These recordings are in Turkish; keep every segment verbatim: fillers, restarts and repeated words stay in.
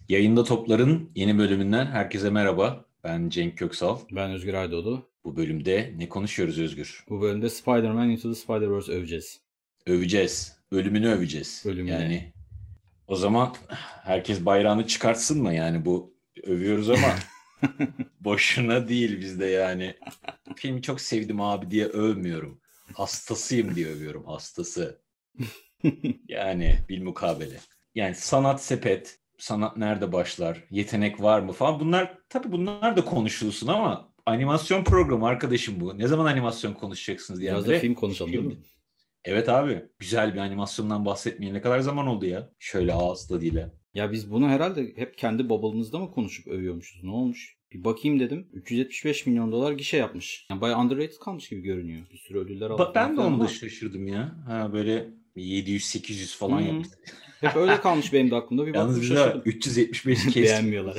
Yayında Toplar'ın yeni bölümünden herkese merhaba. Ben Cenk Köksal. Ben Özgür Aydoğdu. Bu bölümde ne konuşuyoruz Özgür? Bu bölümde Spider-Man Into the Spider-Verse öveceğiz. Öveceğiz. Ölümünü öveceğiz. Ölümüne. Yani o zaman herkes bayrağını çıkartsın mı? Yani bu övüyoruz ama boşuna değil bizde yani. Filmi çok sevdim abi diye övmüyorum. Hastasıyım diye övüyorum. Hastası. Yani bilmukabele. Yani sanat sepet, sanat nerede başlar, yetenek var mı falan. Bunlar tabii bunlar da konuşulsun ama animasyon programı arkadaşım bu. Ne zaman animasyon konuşacaksınız Biraz da diyenlere film konuşalım değil mi? şimdi. Evet abi, güzel bir animasyondan bahsetmeyeli ne kadar zaman oldu ya? Şöyle ağız tadıyla. Ya biz bunu herhalde hep kendi bubble'ımızda mı konuşup övüyormuşuz? Ne olmuş? Bir bakayım dedim. üç yüz yetmiş beş milyon dolar gişe yapmış. Yani bayağı underrated kalmış gibi görünüyor. Bir sürü ödüller aldı Ba- falan Ben de filan onu da ama. şaşırdım ya. Ha böyle yedi yüz sekiz yüz falan Hmm. yaptı. Hep öyle kalmış benim de aklımda. Bir Yalnız baktım bize şaşırdım. üç yüz yetmiş beş kes. Beğenmiyorlar.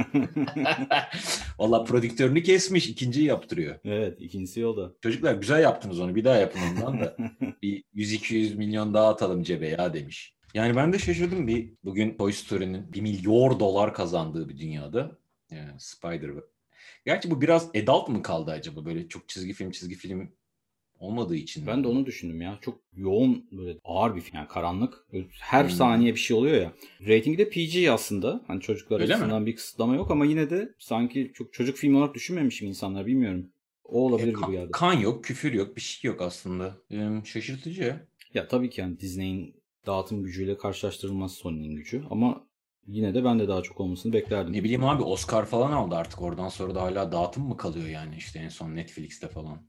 Valla prodüktörünü kesmiş, ikinciyi yaptırıyor. Evet, ikincisi yolda. Çocuklar güzel yaptınız onu, bir daha yapın ondan da. Bir yüz iki yüz milyon daha atalım cebe ya demiş. Yani ben de şaşırdım bir bugün Toy Story'nin bir milyar dolar kazandığı bir dünyada. Yani Spider. Gerçi bu biraz adult mı kaldı acaba, böyle çok çizgi film çizgi film olmadığı için mi Ben de acaba? onu düşündüm ya. Çok yoğun, böyle ağır bir film. Yani karanlık. Böyle her Hmm. saniye bir şey oluyor ya. Ratingi de P G aslında. Hani çocuklar Öyle mi? açısından bir kısıtlama yok ama yine de sanki çok çocuk filmi olarak düşünmemiş mi insanlar, bilmiyorum. O E, olabilir gibi kan, geldi. kan yok, küfür yok, bir şey yok aslında. Ee, şaşırtıcı. Ya tabii ki yani Disney'in dağıtım gücüyle karşılaştırılmaz Sony'nin gücü ama yine de ben de daha çok olmasını beklerdim. Ne bileyim abi, Oscar falan aldı artık, oradan sonra da hala dağıtım mı kalıyor yani, işte en son Netflix'te falan.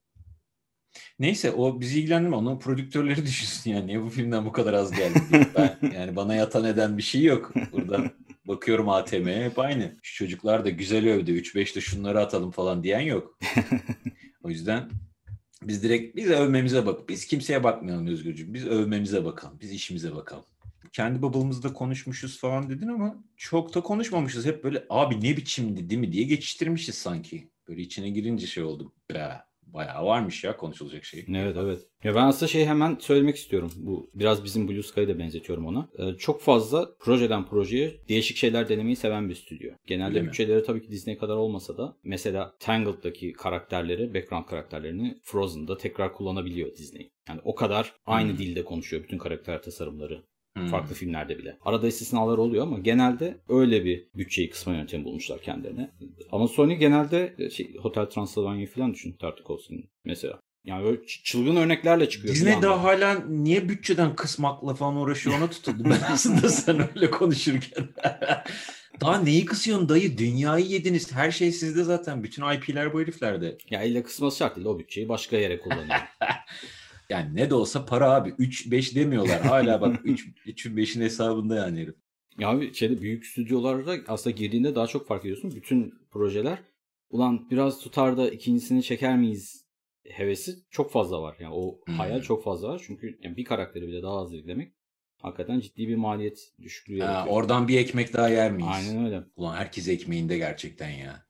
Neyse, o bizi ilgilendirmiyor. Onun prodüktörleri düşünsün yani. Niye bu filmden bu kadar az geldi diye. Ben yani, bana yatan eden bir şey yok. Buradan bakıyorum A T M'ye, hep aynı. Şu çocuklar da güzel övdü. üç beş de şunları atalım falan diyen yok. O yüzden biz direkt biz övmemize bak. Biz kimseye bakmayalım Özgürcüğüm. Biz övmemize bakalım. Biz işimize bakalım. Kendi bubble'ımızda konuşmuşuz falan dedin ama çok da konuşmamışız. Hep böyle abi ne biçimdi değil mi diye geçiştirmişiz sanki. Böyle içine girince şey oldum. Be, bayağı varmış ya konuşulacak şey. Evet, evet. Ya ben aslında şey hemen söylemek istiyorum. Bu biraz bizim Blue Sky'ı da benzetiyorum ona. Ee, çok fazla projeden projeye değişik şeyler denemeyi seven bir stüdyo. Öyle Genelde mi? bütçeleri tabii ki Disney kadar olmasa da mesela Tangled'daki karakterleri, background karakterlerini Frozen'da tekrar kullanabiliyor Disney. Yani o kadar aynı Hmm. dilde konuşuyor bütün karakter tasarımları. Hmm. Farklı filmlerde bile. Arada istisnalar oluyor ama genelde öyle bir bütçeyi kısma yöntemi bulmuşlar kendilerine. Ama Sony genelde şey, Hotel Transylvania falan düşün, Tartakovsky'nin mesela. Yani böyle çılgın örneklerle çıkıyor bir Disney daha anda. hala niye bütçeden kısmakla falan uğraşıyor, ona tutuldu. Ben aslında sen öyle konuşurken. Daha neyi kısıyorsun dayı? Dünyayı yediniz. Her şey sizde zaten. Bütün I P'ler bu heriflerde. Ya illa kısması şart değil. O bütçeyi başka yere kullanıyor. Yani ne de olsa para abi. üç beş demiyorlar. Hala bak üç üçün beşin hesabında yani herif. Ya abi şeyde büyük stüdyolarda aslında girdiğinde daha çok fark ediyorsun. Bütün projeler ulan biraz tutar da ikincisini çeker miyiz hevesi çok fazla var. Yani o hayal Hmm. çok fazla var. Çünkü yani bir karakteri bile daha az eklemek hakikaten ciddi bir maliyet düşüklüğü Ha, yaratıyor. oradan bir ekmek daha yer miyiz? Aynen öyle. Ulan herkes ekmeğinde gerçekten ya.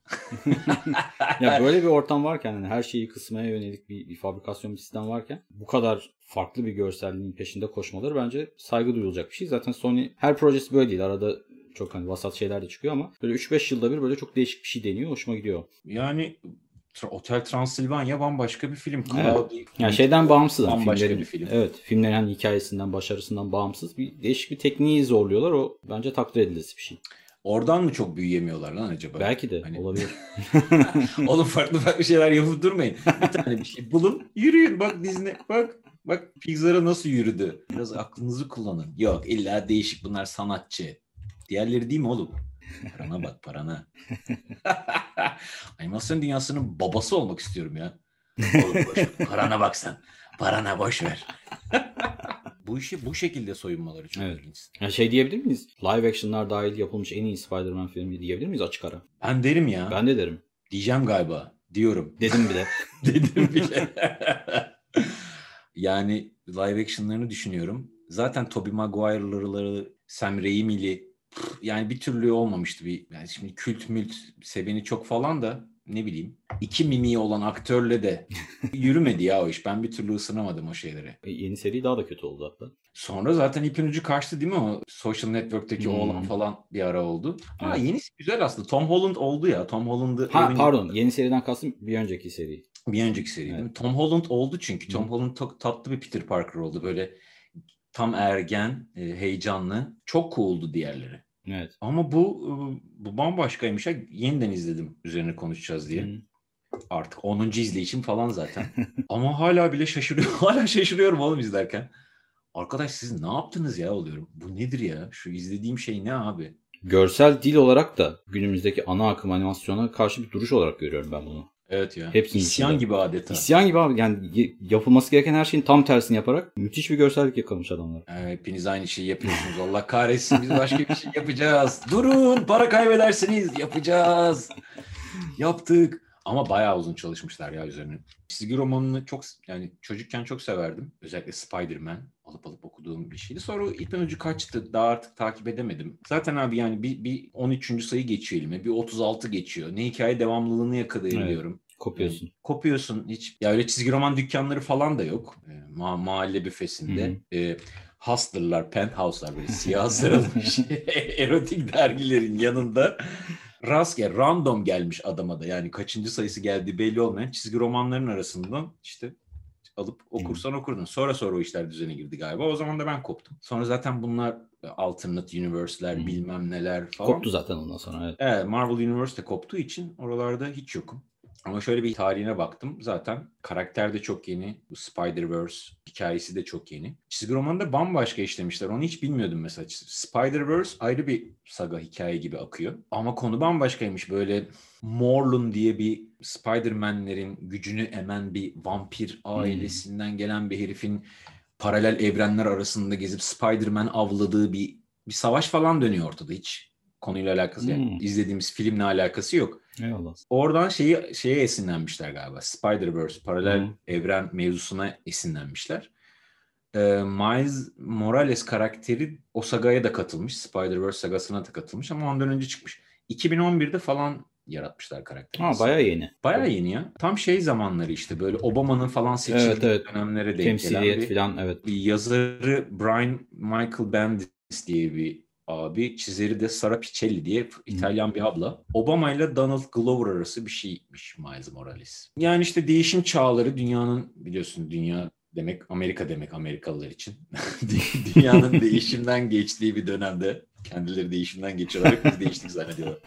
Ya böyle bir ortam varken yani her şeyi kısmaya yönelik bir, bir fabrikasyon bir sistem varken bu kadar farklı bir görselliğin peşinde koşmaları bence saygı duyulacak bir şey. Zaten Sony her projesi böyle değil. Arada çok hani vasat şeyler de çıkıyor ama böyle üç beş yılda bir böyle çok değişik bir şey deniyor. Hoşuma gidiyor. Yani Hotel Transylvania bambaşka bir film. Evet. Cloudy Yani With şeyden You bağımsız hani bambaşka bir filmlerin, film. evet, filmlerin hani hikayesinden, başarısından bağımsız bir değişik bir tekniği zorluyorlar. O bence takdir edilesi bir şey. Oradan mı çok büyüyemiyorlar lan acaba? Belki de Hani olabilir. oğlum farklı farklı şeyler yapıp durmayın. Bir tane bir şey bulun, yürüyün. Bak Disney, bak bak Pixar'a nasıl yürüdü. Biraz aklınızı kullanın. Yok illa değişik, bunlar sanatçı. Diğerleri değil mi oğlum? Parana bak, parana. Animasyon dünyasının babası olmak istiyorum ya. Oğlum boş ver. Parana bak sen. Parana boş ver. Bu işi bu şekilde soyunmaları çok Evet. ilginç. Ya şey diyebilir miyiz? Live action'lar dahil yapılmış en iyi Spider-Man filmi diyebilir miyiz açık ara? Ben derim ya. Ben de derim. Diyeceğim galiba. Diyorum. Dedim bile. Dedim bile. Yani live action'larını düşünüyorum. Zaten Tobey Maguire'ları, Sam Raimi'li yani bir türlü olmamıştı bir. Yani şimdi kült mült seveni çok falan da ne bileyim iki mimiği olan aktörle de yürümedi ya o iş. Ben bir türlü ısınamadım o şeylere. E, yeni seri daha da kötü oldu hatta. Sonra zaten ipin ucu kaçtı değil mi o Social Network'teki Hmm. oğlan falan bir ara oldu. Ha Evet. yenisi güzel aslında. Tom Holland oldu ya. Tom Holland'ı Ha evin... pardon, yeni seriden kastım bir önceki seri. Bir önceki seri Evet. değil mi? Tom Holland oldu çünkü. Tom Hı. Holland çok tatlı bir Peter Parker oldu. Böyle tam ergen, e, heyecanlı. Çok cool'du diğerleri. Evet. Ama bu bu bambaşkaymış. Yeniden izledim üzerine konuşacağız diye. Hı. Artık onuncu izleyişim falan zaten. Ama hala bile şaşırıyorum. Hala şaşırıyorum oğlum izlerken. Arkadaş siz ne yaptınız ya oluyorum. Bu nedir ya? Şu izlediğim şey ne abi? Görsel dil olarak da günümüzdeki ana akım animasyona karşı bir duruş olarak görüyorum ben bunu. Evet ya. Hepsinin İsyan içinde. gibi adeta. İsyan gibi abi. Yani yapılması gereken her şeyin tam tersini yaparak müthiş bir görsellik yakalamış adamlar. Ee, hepiniz aynı şeyi yapıyorsunuz. Allah kahretsin biz başka bir şey yapacağız. Durun para kaybedersiniz. Yapacağız. Yaptık. Ama bayağı uzun çalışmışlar ya üzerine. Çizgi romanını çok yani çocukken çok severdim. Özellikle Spider-Man alıp alıp okuduğum bir şeydi. Sonra ipin ucu kaçtı. Daha artık takip edemedim. Zaten abi yani bir, bir on üçüncü sayı geçiyor elime. Bir otuz altı geçiyor. Ne hikaye devamlılığını yakalayabiliyorum. Evet. Kopuyorsun. Yani, kopuyorsun. Hiç ya öyle çizgi roman dükkanları falan da yok. Ma- mahalle büfesinde. E, Hustler'lar, Penthouse'lar böyle siyah sarılmış erotik dergilerin yanında rastgele random gelmiş adama da yani kaçıncı sayısı geldiği belli olmayan çizgi romanların arasından işte alıp okursan okurdun. Sonra sonra o işler düzene girdi galiba. O zaman da ben koptum. Sonra zaten bunlar alternate universe'ler hmm. bilmem neler falan. Koptu zaten ondan sonra. Evet. Evet, Marvel Universe de koptuğu için oralarda hiç yokum. Ama şöyle bir tarihine baktım. Zaten karakter de çok yeni. Bu Spider-Verse hikayesi de çok yeni. Çizgi romanı da bambaşka işlemişler. Onu hiç bilmiyordum mesela. Spider-Verse ayrı bir saga hikaye gibi akıyor. Ama konu bambaşkaymış. Böyle Morlun diye bir Spider-Man'lerin gücünü emen bir vampir ailesinden hmm. gelen bir herifin paralel evrenler arasında gezip Spider-Man avladığı bir bir savaş falan dönüyor ortada hiç. Konuyla alakası yani hmm. izlediğimiz filmle alakası yok. Eyvallah. Oradan şeyi şeye esinlenmişler galiba. Spider-Verse paralel hmm. evren mevzusuna esinlenmişler. Ee, Miles Morales karakteri o sagaya da katılmış. Spider-Verse sagasına da katılmış ama ondan önce çıkmış. iki bin on birde falan yaratmışlar karakteri. Ha bayağı yeni. Bayağı yeni ya. Tam şey zamanları işte böyle Obama'nın falan seçildiği evet, evet. dönemlere denk temsiliyet gelen bir, falan, evet. bir yazarı Brian Michael Bendis diye bir abi, çizeri de Sara Pichelli diye İtalyan hmm. bir abla. Obama ile Donald Glover arası bir şeymiş Miles Morales. Yani işte değişim çağları dünyanın biliyorsun dünya demek Amerika demek Amerikalılar için. Dünyanın değişimden geçtiği bir dönemde kendileri değişimden geçiyorlar. Biz değiştik zannediyorlar.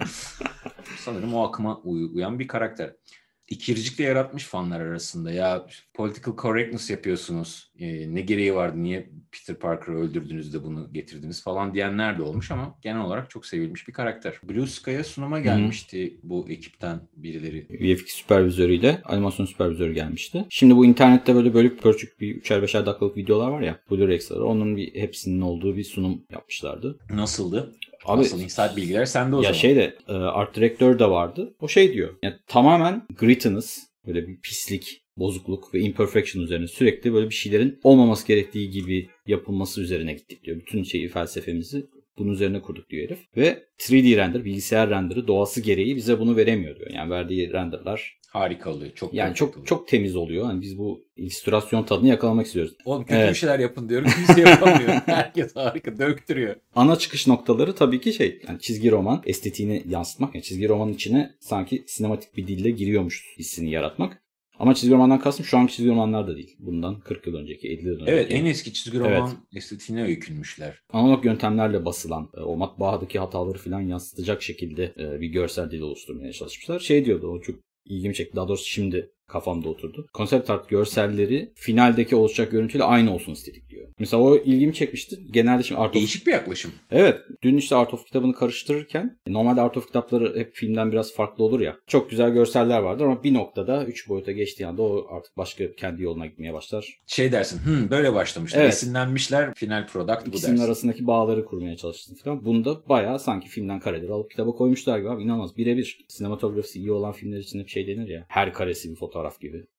Sanırım o akıma uy- uyan bir karakter. İkircikle yaratmış fanlar arasında. Ya political correctness yapıyorsunuz. Ee, ne gereği vardı? Niye Peter Parker'ı öldürdünüz de bunu getirdiniz falan diyenler de olmuş ama genel olarak çok sevilmiş bir karakter. Blue Sky'a sunuma gelmişti Hı-hı. bu ekipten birileri. V F X süpervizörüyle animasyon süpervizörü gelmişti. Şimdi bu internette böyle bölük pörçük bir üçer beşer dakikalık videolar var ya. Blu-ray'ları. Onun bir hepsinin olduğu bir sunum yapmışlardı. Nasıldı? Abi, Nasıl insight bilgiler sende o ya zaman. Ya şeyde art direktör de vardı. O şey diyor. Yani tamamen grittiness, böyle bir pislik, bozukluk ve imperfection üzerine sürekli böyle bir şeylerin olmaması gerektiği gibi yapılması üzerine gittik diyor. Bütün şeyi felsefemizi bunun üzerine kurduk diyor herif. Ve üç D render, bilgisayar renderı doğası gereği bize bunu veremiyor diyor. Yani verdiği renderlar harika oluyor. Çok yani çok oluyor. Çok temiz oluyor. Hani biz bu illüstrasyon tadını yakalamak istiyoruz. Oğlum kötü evet. bir şeyler yapın diyorum. Kimse yapamıyor. Herkes harika döktürüyor. Ana çıkış noktaları tabii ki şey, yani çizgi roman estetiğini yansıtmak. Yani çizgi romanın içine sanki sinematik bir dille giriyormuş hissini yaratmak. Ama çizgi romandan kastım şu anki çizgi romanlar da değil. Bundan kırk yıl önceki, elli yıl önceki. Evet, en eski çizgi roman evet. estetiğine öykünmüşler. Analog yöntemlerle basılan, o matbaadaki hataları falan yansıtacak şekilde bir görsel dil oluşturmaya çalışmışlar. Şey diyordu, o çok ilgimi çekti. Daha doğrusu şimdi kafamda oturdu. Konsept art görselleri finaldeki oluşacak görüntüyle aynı olsun istedik diyor. Mesela o ilgimi çekmişti. Genelde şimdi Art of... Değişik bir yaklaşım. Evet. Dün işte Art of kitabını karıştırırken normalde Art of kitapları hep filmden biraz farklı olur ya. Çok güzel görseller vardır ama bir noktada üç boyuta geçtiği anda o artık başka kendi yoluna gitmeye başlar. Şey dersin, Hı, böyle başlamışlar. Evet. Esinlenmişler, final product bu dersin. İkisinin arasındaki bağları kurmaya çalıştın falan. Bunda bayağı sanki filmden kareleri alıp kitaba koymuşlar gibi abi. İnanılmaz. Birebir. Sinematografisi iyi olan filmler için hep şey denir ya. Her karesi bir fotoğraf gibi.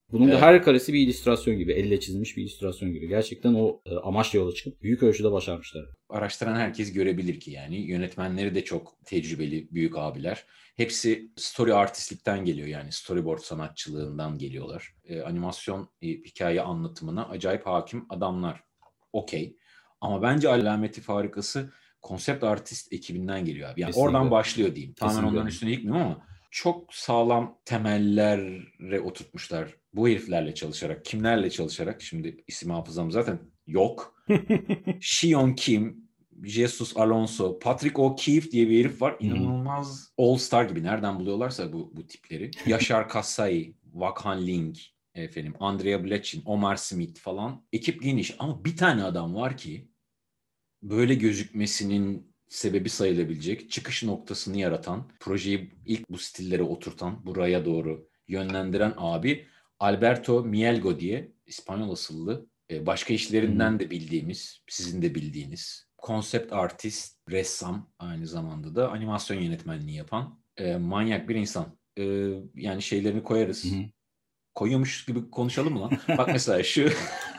Bunun Evet. da her karesi bir illüstrasyon gibi. Elle çizilmiş bir illüstrasyon gibi. Gerçekten o e, amaçla yola çıkıp büyük ölçüde başarmışlar. Araştıran herkes görebilir ki yani. Yönetmenleri de çok tecrübeli büyük abiler. Hepsi story artistlikten geliyor yani. Storyboard sanatçılığından geliyorlar. E, animasyon e, hikaye anlatımına acayip hakim adamlar. Okey. Ama bence alameti farikası konsept artist ekibinden geliyor abi. Yani Kesinlikle. oradan başlıyor diyeyim. Tamamen Kesinlikle. onların üstüne yıkmıyorum ama çok sağlam temellere oturtmuşlar. Bu heriflerle çalışarak, kimlerle çalışarak, şimdi isim hafızam zaten yok. Shion Kim, Jesus Alonso, Patrick O'Keefe diye bir herif var. İnanılmaz all-star gibi. Nereden buluyorlarsa bu, bu tipleri. Yaşar Kassai, Vakhan Ling, efendim, Andrea Blechin, Omar Smith falan. Ekip geniş ama bir tane adam var ki böyle gözükmesinin sebebi sayılabilecek, çıkış noktasını yaratan, projeyi ilk bu stillere oturtan, buraya doğru yönlendiren abi Alberto Mielgo diye İspanyol asıllı, başka işlerinden de bildiğimiz, sizin de bildiğiniz konsept artist, ressam, aynı zamanda da animasyon yönetmenliği yapan e, manyak bir insan. E, yani şeylerini koyarız. Hı hı. Koyuyormuş gibi konuşalım mı lan? Bak mesela şu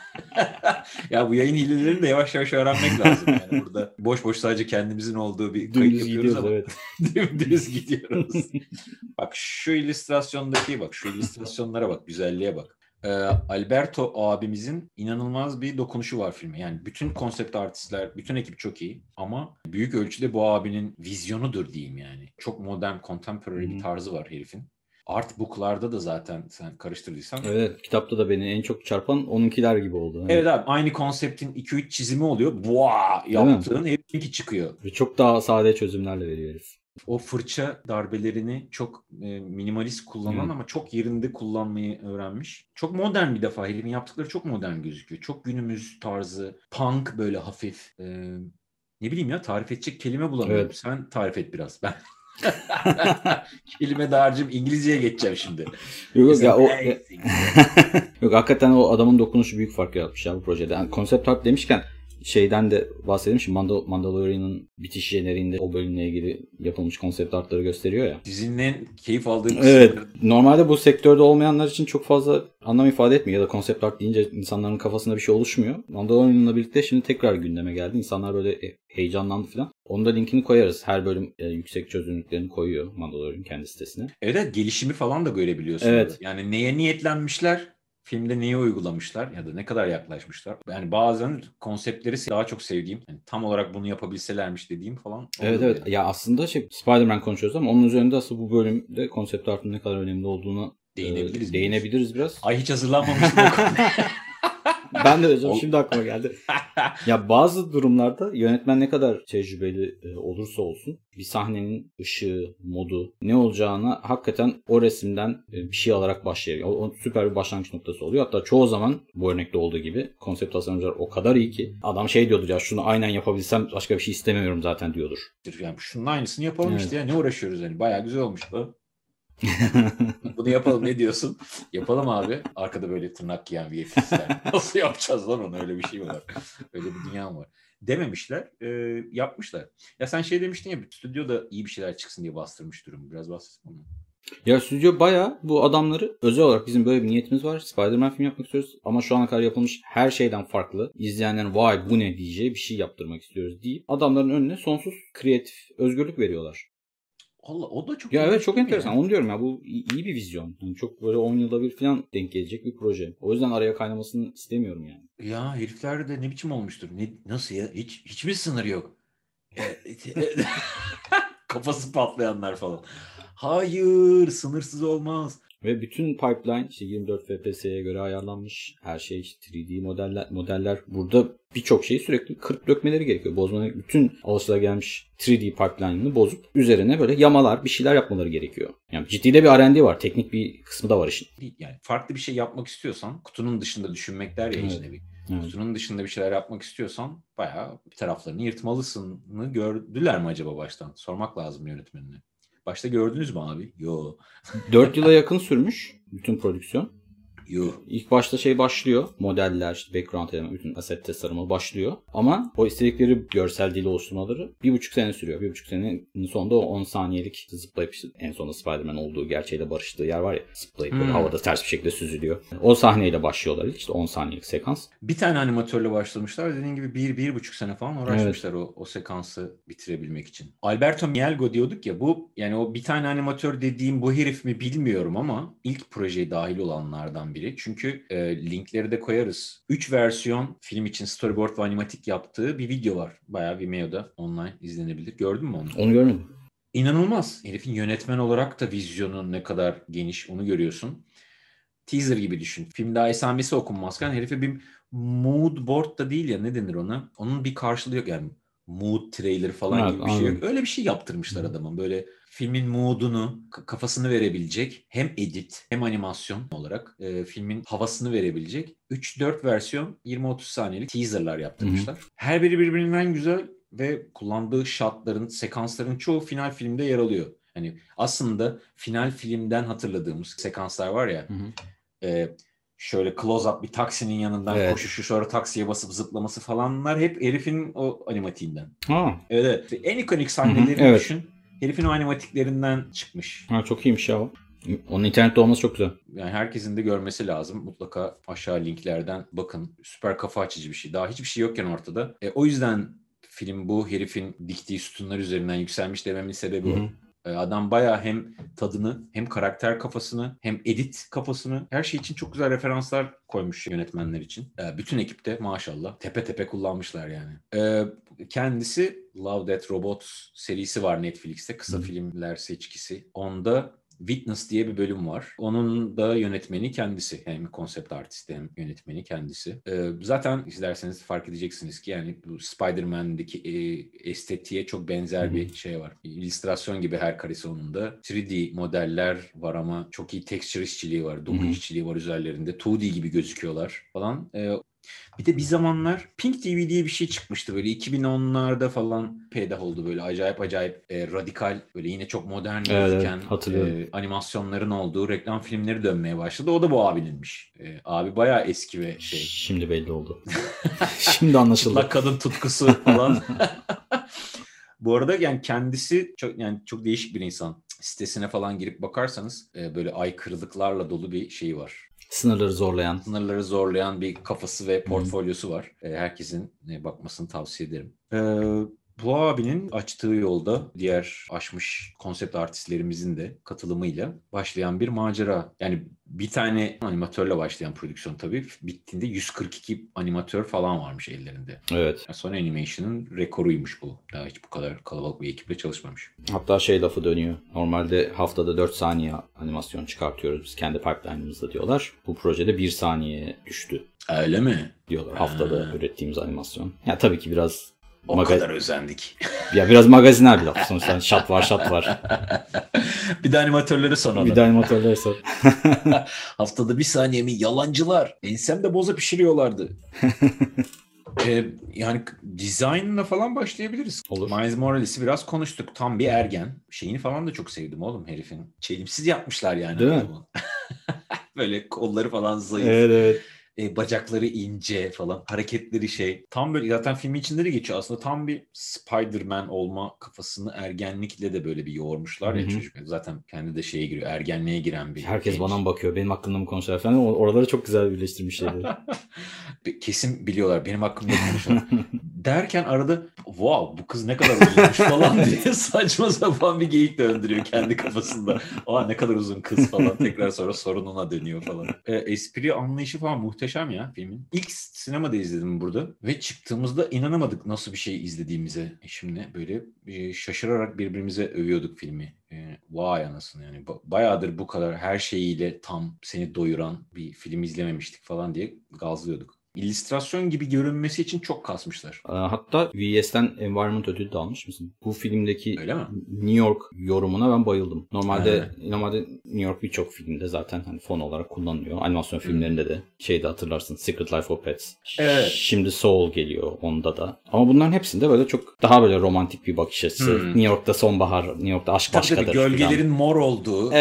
ya bu yayın hilelerini de yavaş yavaş öğrenmek lazım yani burada boş boş sadece kendimizin olduğu bir kayıt Dümdüz yapıyoruz gidiyoruz, ama evet. dümdüz gidiyoruz. Bak şu illüstrasyondaki bak şu illüstrasyonlara bak, güzelliğe bak. Ee, Alberto abimizin inanılmaz bir dokunuşu var filme. Yani bütün konsept artistler, bütün ekip çok iyi ama büyük ölçüde bu abinin vizyonudur diyeyim yani. Çok modern, contemporary bir tarzı var herifin. Artbook'larda da zaten sen karıştırdıysan. Evet, kitapta da beni en çok çarpan onunkiler gibi oldu. Evet, evet abi, aynı konseptin iki üç çizimi oluyor. Buaa yaptığın hepinki çıkıyor. Ve çok daha sade çözümlerle veriyor herif. O fırça darbelerini çok e, minimalist kullanan Evet. ama çok yerinde kullanmayı öğrenmiş. Çok modern bir defa. Herifin yaptıkları çok modern gözüküyor. Çok günümüz tarzı. Punk böyle hafif. E, ne bileyim ya, tarif edecek kelime bulamıyorum. Evet. Sen tarif et biraz. Ben kelime dağarcığım, İngilizceye geçeceğim şimdi. Yok yok ya o yok hakikaten o adamın dokunuşu büyük fark yaratmış ya bu projede. Yani konsept art demişken şeyden de bahsedeyim. Şimdi Mandal- Mandalorian'ın bitiş jeneriğinde o bölümle ilgili yapılmış konsept artları gösteriyor ya. Dizinin en keyif aldığım Evet. kısımları. Normalde bu sektörde olmayanlar için çok fazla anlam ifade etmiyor ya da konsept art deyince insanların kafasında bir şey oluşmuyor. Mandalorian'la birlikte şimdi tekrar gündeme geldi. İnsanlar böyle heyecanlandı falan. Onun da linkini koyarız. Her bölüm e, yüksek çözünürlüklerini koyuyor Mandalorian kendi sitesine. Evet, evet, gelişimi falan da görebiliyorsun. Evet. Yani neye niyetlenmişler, filmde neyi uygulamışlar ya da ne kadar yaklaşmışlar. Yani bazen konseptleri daha çok sevdiğim, yani tam olarak bunu yapabilselermiş dediğim falan. Evet evet. Yani. Ya aslında şey Spider-Man konuşuyoruz ama onun üzerinde asıl bu bölümde konsept artının ne kadar önemli olduğunu değinebiliriz. E, değinebiliriz biraz. Ay hiç hazırlanmamıştım. Ben de hocam şimdi aklıma geldi. Ya bazı durumlarda yönetmen ne kadar tecrübeli e, olursa olsun bir sahnenin ışığı, modu ne olacağına hakikaten o resimden e, bir şey alarak başlıyor. O, o süper bir başlangıç noktası oluyor. Hatta çoğu zaman bu örnekte olduğu gibi konsept tasarımcılar o kadar iyi ki adam şey diyordur ya şunu aynen yapabilsem başka bir şey istemiyorum zaten diyordur. Yani şunun aynısını yapalım Evet. işte ya, ne uğraşıyoruz yani, bayağı güzel olmuş bu. Bunu yapalım, ne diyorsun? Yapalım abi. Arkada böyle tırnak giyen bir yetişler. Nasıl yapacağız lan onu, öyle bir şey mi var? Öyle bir dünya mı var? Dememişler. E, yapmışlar. Ya sen şey demiştin ya, stüdyoda iyi bir şeyler çıksın diye bastırmış durum. Biraz bahsetsene onu. Ya stüdyo bayağı bu adamları özel olarak bizim böyle bir niyetimiz var. Spider-Man film yapmak istiyoruz ama şu ana kadar yapılmış her şeyden farklı. İzleyenlerin vay bu ne diyeceği bir şey yaptırmak istiyoruz deyip adamların önüne sonsuz kreatif özgürlük veriyorlar. Allah, o da çok ya evet çok enteresan. Ya. Onu diyorum ya, bu iyi bir vizyon. Yani çok böyle on yılda bir falan denk gelecek bir proje. O yüzden araya kaynamasını istemiyorum yani. Ya herifler de ne biçim olmuştur? Ne, nasıl ya? Hiç hiçbir sınır yok. Kafası patlayanlar falan. Hayır, sınırsız olmaz. Ve bütün pipeline işte yirmi dört F P S'ye göre ayarlanmış. Her şey işte üç D modeller modeller burada birçok şeyi sürekli kırıp dökmeleri gerekiyor. Bozmanın bütün alışılagelmiş üç D pipeline'ını bozup üzerine böyle yamalar bir şeyler yapmaları gerekiyor. Yani ciddi de bir R and D var. Teknik bir kısmı da var işin. Yani farklı bir şey yapmak istiyorsan kutunun dışında düşünmek der ya, evet. İçine bir. Evet. Kutunun dışında bir şeyler yapmak istiyorsan bayağı bir taraflarını yırtmalısını gördüler mi acaba baştan? Sormak lazım yönetmenine. Başta gördünüz mü abi? Yo. dört yıla yakın sürmüş bütün prodüksiyon. Yuh. İlk başta şey başlıyor. Modeller, işte background element, bütün asset tasarımı başlıyor. Ama o istedikleri görsel dili oluşturmaları bir buçuk sene sürüyor. Bir buçuk senenin sonunda o on saniyelik zıplayıp işte en sonunda Spider-Man olduğu gerçeğiyle barıştığı yer var ya. Zıplayıp böyle hmm. havada ters bir şekilde süzülüyor. O sahneyle başlıyorlar. İşte on saniyelik sekans. Bir tane animatörle başlamışlar. Dediğin gibi bir, bir buçuk sene falan uğraşmışlar evet. o, o sekansı bitirebilmek için. Alberto Mielgo diyorduk ya, bu yani o bir tane animatör dediğim bu herif mi bilmiyorum ama ilk projeye dahil olanlardan biri. Çünkü e, linkleri de koyarız. üç versiyon film için storyboard ve animatik yaptığı bir video var. Bayağı Vimeo'da online izlenebilir. Gördün mü onu? Onu görmedim. İnanılmaz. Herifin yönetmen olarak da vizyonu ne kadar geniş onu görüyorsun. Teaser gibi düşün. Film daha esamesi okunmazken herife bir mood board da değil ya, ne denir ona? Onun bir karşılığı yok yani. Mood trailer falan evet, gibi bir şey yok. Öyle bir şey yaptırmışlar adamın. Böyle filmin moodunu, kafasını verebilecek hem edit hem animasyon olarak e, filmin havasını verebilecek üç dört versiyon yirmi otuz saniyelik teaserlar yaptırmışlar. Hı hı. Her biri birbirinden güzel ve kullandığı shotların, sekansların çoğu final filmde yer alıyor. Hani aslında final filmden hatırladığımız sekanslar var ya. Hı hı. E, şöyle close-up bir taksinin yanından evet. koşuşu, sonra taksiye basıp zıplaması falanlar hep herifin o animatiğinden. Ha. Evet. En ikonik sahnelerini evet. düşün. Herifin o animatiklerinden çıkmış. Ha, çok iyiymiş ya o. Onun internette olması çok güzel. Yani herkesin de görmesi lazım. Mutlaka aşağı linklerden bakın. Süper kafa açıcı bir şey. Daha hiçbir şey yokken ortada. E, o yüzden film bu herifin diktiği sütunlar üzerinden yükselmiş dememin sebebi Hı-hı. o. Adam bayağı hem tadını hem karakter kafasını hem edit kafasını her şey için çok güzel referanslar koymuş yönetmenler için. Bütün ekipte maşallah tepe tepe kullanmışlar yani. Kendisi Love, Death, Robots serisi var Netflix'te. Kısa hmm. filmler seçkisi. Onda Witness diye bir bölüm var. Onun da yönetmeni kendisi. Hem konsept artisti hem yönetmeni kendisi. Ee, zaten izlerseniz fark edeceksiniz ki yani bu Spider-Man'deki e, estetiğe çok benzer hmm. bir şey var. İllüstrasyon gibi her karesi onun da. üç D modeller var ama çok iyi texture işçiliği var. Doku hmm. işçiliği var üzerlerinde. iki D gibi gözüküyorlar falan. Ee, Bir de bir zamanlar Pink T V diye bir şey çıkmıştı böyle iki bin onlarda falan peydah oldu böyle acayip acayip e, radikal böyle yine çok modern gözüken evet, e, animasyonların olduğu reklam filmleri dönmeye başladı. O da bu abininmiş. E, abi bayağı eski ve şey. Şimdi belli oldu. Şimdi anlaşıldı. Çıplak kadın tutkusu falan. Bu arada yani kendisi çok yani çok değişik bir insan. Sitesine falan girip bakarsanız e, böyle aykırılıklarla dolu bir şey var. Sınırları zorlayan. Sınırları zorlayan bir kafası ve portfolyosu hmm. var. E, herkesin e, bakmasını tavsiye ederim. E, bu abinin açtığı yolda diğer aşmış konsept artistlerimizin de katılımıyla başlayan bir macera. Yani bir tane animatörle başlayan prodüksiyon tabii. Bittiğinde yüz kırk iki animatör falan varmış ellerinde. Evet. Yani Sony Animation'ın rekoruymuş bu. Daha hiç bu kadar kalabalık bir ekiple çalışmamış. Hatta şey lafı dönüyor. Normalde haftada dört saniye animasyon çıkartıyoruz biz kendi pipeline'ımızda diyorlar. Bu projede bir saniyeye düştü. Öyle mi? Diyorlar haftada ha. ürettiğimiz animasyon. Ya tabii ki biraz O Maga- kadar özendik. Ya biraz magazinel bir laf. Sonuçta şat var şat var. Bir de animatörleri soralım. Bir de animatörleri sor. Haftada bir saniye mi? Yalancılar. Ensemde boza pişiriyorlardı. ee, yani design'la falan başlayabiliriz. Olur. Miles Morales'i biraz konuştuk. Tam bir ergen. Şeyini falan da çok sevdim oğlum herifin. Çelimsiz yapmışlar yani. Değil mi? Böyle kolları falan zayıf. Evet evet. E, bacakları ince falan. Hareketleri şey. Tam böyle zaten filmin içinde de geçiyor. Aslında tam bir Spider-Man olma kafasını ergenlikle de böyle bir yoğurmuşlar ya çocuk. Zaten kendi de şeye giriyor. Ergenliğe giren bir Herkes genç. Bana mı bakıyor? Benim hakkımda mı konuşuyor falan. Oraları çok güzel birleştirmişler. Kesin biliyorlar. Benim hakkımda konuşuyorlar. Derken arada wow bu kız ne kadar uzunmuş falan diye saçma sapan bir geyik döndürüyor kendi kafasında. Aa ne kadar uzun kız falan. Tekrar sonra sorununa dönüyor falan. E, espri anlayışı falan muhteşem ya filmin. İlk sinemada izledim burada ve çıktığımızda inanamadık nasıl bir şey izlediğimize. E şimdi böyle e, şaşırarak birbirimize övüyorduk filmi. E, vay anasını yani. Bayağıdır bu kadar her şeyiyle tam seni doyuran bir film izlememiştik falan diye gazlıyorduk. İllüstrasyon gibi görünmesi için çok kasmışlar. Hatta V S'ten Environment ödülü de almış mısın? Bu filmdeki Öyle mi? New York yorumuna ben bayıldım. Normalde He. normalde New York birçok filmde zaten hani fon olarak kullanılıyor. Animasyon filmlerinde de şeyde hatırlarsın Secret Life of Pets. Evet. Şimdi Soul geliyor onda da. Ama bunların hepsinde böyle çok daha böyle romantik bir bakış açısı. Hmm. New York'ta sonbahar, New York'ta aşk tabii başkadır. Tabii gölgelerin falan. Mor olduğu. Evet.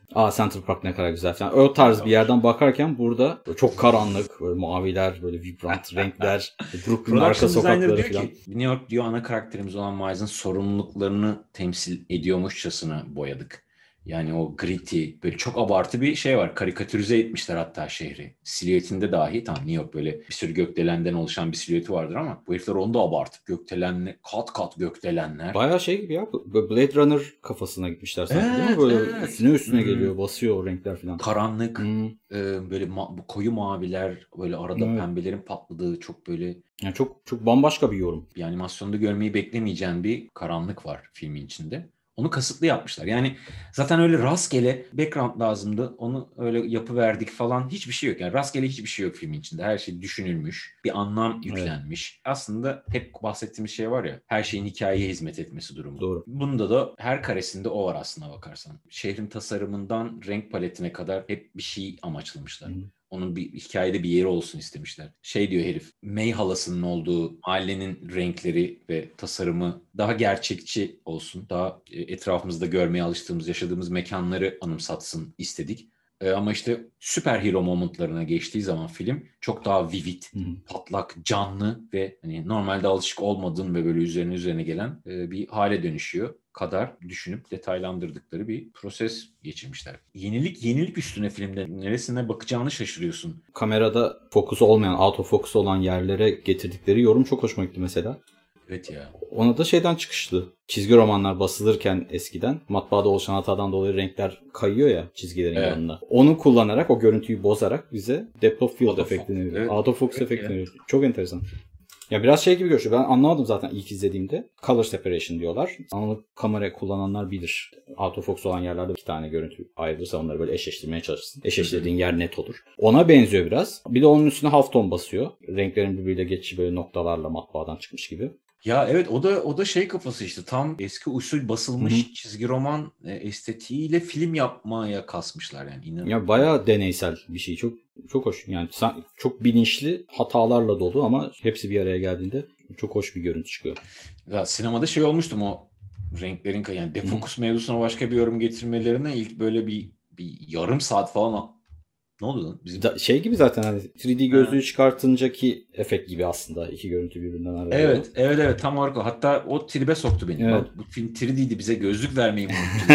Aa, Central Park ne kadar güzel falan. O tarz bir yerden bakarken burada çok karanlık, böyle maviler, böyle vibrant renkler, Brooklyn'in arka Production designer sokakları diyor falan. ki New York diyor ana karakterimiz olan Miles'ın sorumluluklarını temsil ediyormuşçasına boyadık. Yani o gritty, böyle çok abartı bir şey var. Karikatürize etmişler hatta şehri. Silüetinde dahi, tam New York böyle bir sürü gökdelenden oluşan bir silüeti vardır ama bu herifler onu da abartıp gökdelenler, kat kat gökdelenler. Bayağı şey gibi ya. Böyle Blade Runner kafasına gitmişler sanki, değil mi? Evet, Böyle evet. üstüne üstüne Hmm. geliyor, basıyor o renkler falan. Karanlık, Hmm. e, böyle ma- koyu maviler, böyle arada Evet. pembelerin patladığı çok böyle Yani çok çok bambaşka bir yorum. bir animasyonda görmeyi beklemeyeceğin bir karanlık var filmin içinde. Onu kasıtlı yapmışlar. Yani zaten öyle rastgele background lazımdı. Onu öyle yapıverdik falan, hiçbir şey yok. Yani rastgele hiçbir şey yok filmin içinde. Her şey düşünülmüş. Bir anlam yüklenmiş. Evet. Aslında hep bahsettiğimiz şey var ya, her şeyin hikayeye hizmet etmesi durumu. Doğru. Bunda da her karesinde o var aslına bakarsan. Şehrin tasarımından renk paletine kadar hep bir şey amaçlamışlar. Hı. Onun bir hikayede bir yeri olsun istemişler. Şey diyor herif, May halasının olduğu mahallenin renkleri ve tasarımı daha gerçekçi olsun. Daha etrafımızda görmeye alıştığımız, yaşadığımız mekanları anımsatsın istedik. Ee, ama işte süper hero momentlarına geçtiği zaman film çok daha vivid, hı hı. patlak, canlı ve hani normalde alışık olmadığın ve böyle üzerine üzerine gelen e, bir hale dönüşüyor kadar düşünüp detaylandırdıkları bir proses geçirmişler. Yenilik yenilik üstüne filmde neresine bakacağını şaşırıyorsun. Kamerada fokusu olmayan, autofokus olan yerlere getirdikleri yorum çok hoşuma gitti mesela. Evet ya. Ona da şeyden çıkıştı. Çizgi romanlar basılırken eskiden matbaada oluşan hatadan dolayı renkler kayıyor ya çizgilerin evet. yanına. Onu kullanarak, o görüntüyü bozarak bize depth of field efektini veriyor. Evet. Autofocus evet efektini veriyor. Çok enteresan. Ya biraz şey gibi görüşüyor. Ben anlamadım zaten ilk izlediğimde. Color separation diyorlar. Analog kamera kullananlar bilir. Autofocus olan yerlerde iki tane görüntü ayrılırsa onları böyle eşleştirmeye çalışırsın. Eşleştirdiğin yer net olur. Ona benziyor biraz. Bir de onun üstüne halftone basıyor. Renklerin birbiriyle geçişi böyle noktalarla matbaadan çıkmış gibi. Ya evet, o da o da şey kafası işte, tam eski usul basılmış Hı-hı. çizgi roman e, estetiğiyle film yapmaya kasmışlar yani. İnanın. Ya bayağı deneysel bir şey. Çok çok hoş. Yani çok bilinçli hatalarla dolu ama hepsi bir araya geldiğinde çok hoş bir görüntü çıkıyor. Ya sinemada şey olmuştum, o renklerin yani defokus Hı-hı. mevzusuna başka bir yorum getirmelerine ilk böyle bir bir yarım saat falan. Ne oldu lan? Bizim... Da, şey gibi zaten hani üç D gözlüğü ha. çıkartıncaki efekt gibi aslında, iki görüntü birbirinden arıyor. Evet, evet, evet, tam olarak o. Hatta o tribe soktu beni. Evet. Bak, bu film üç D'ydi, bize gözlük vermeyi mi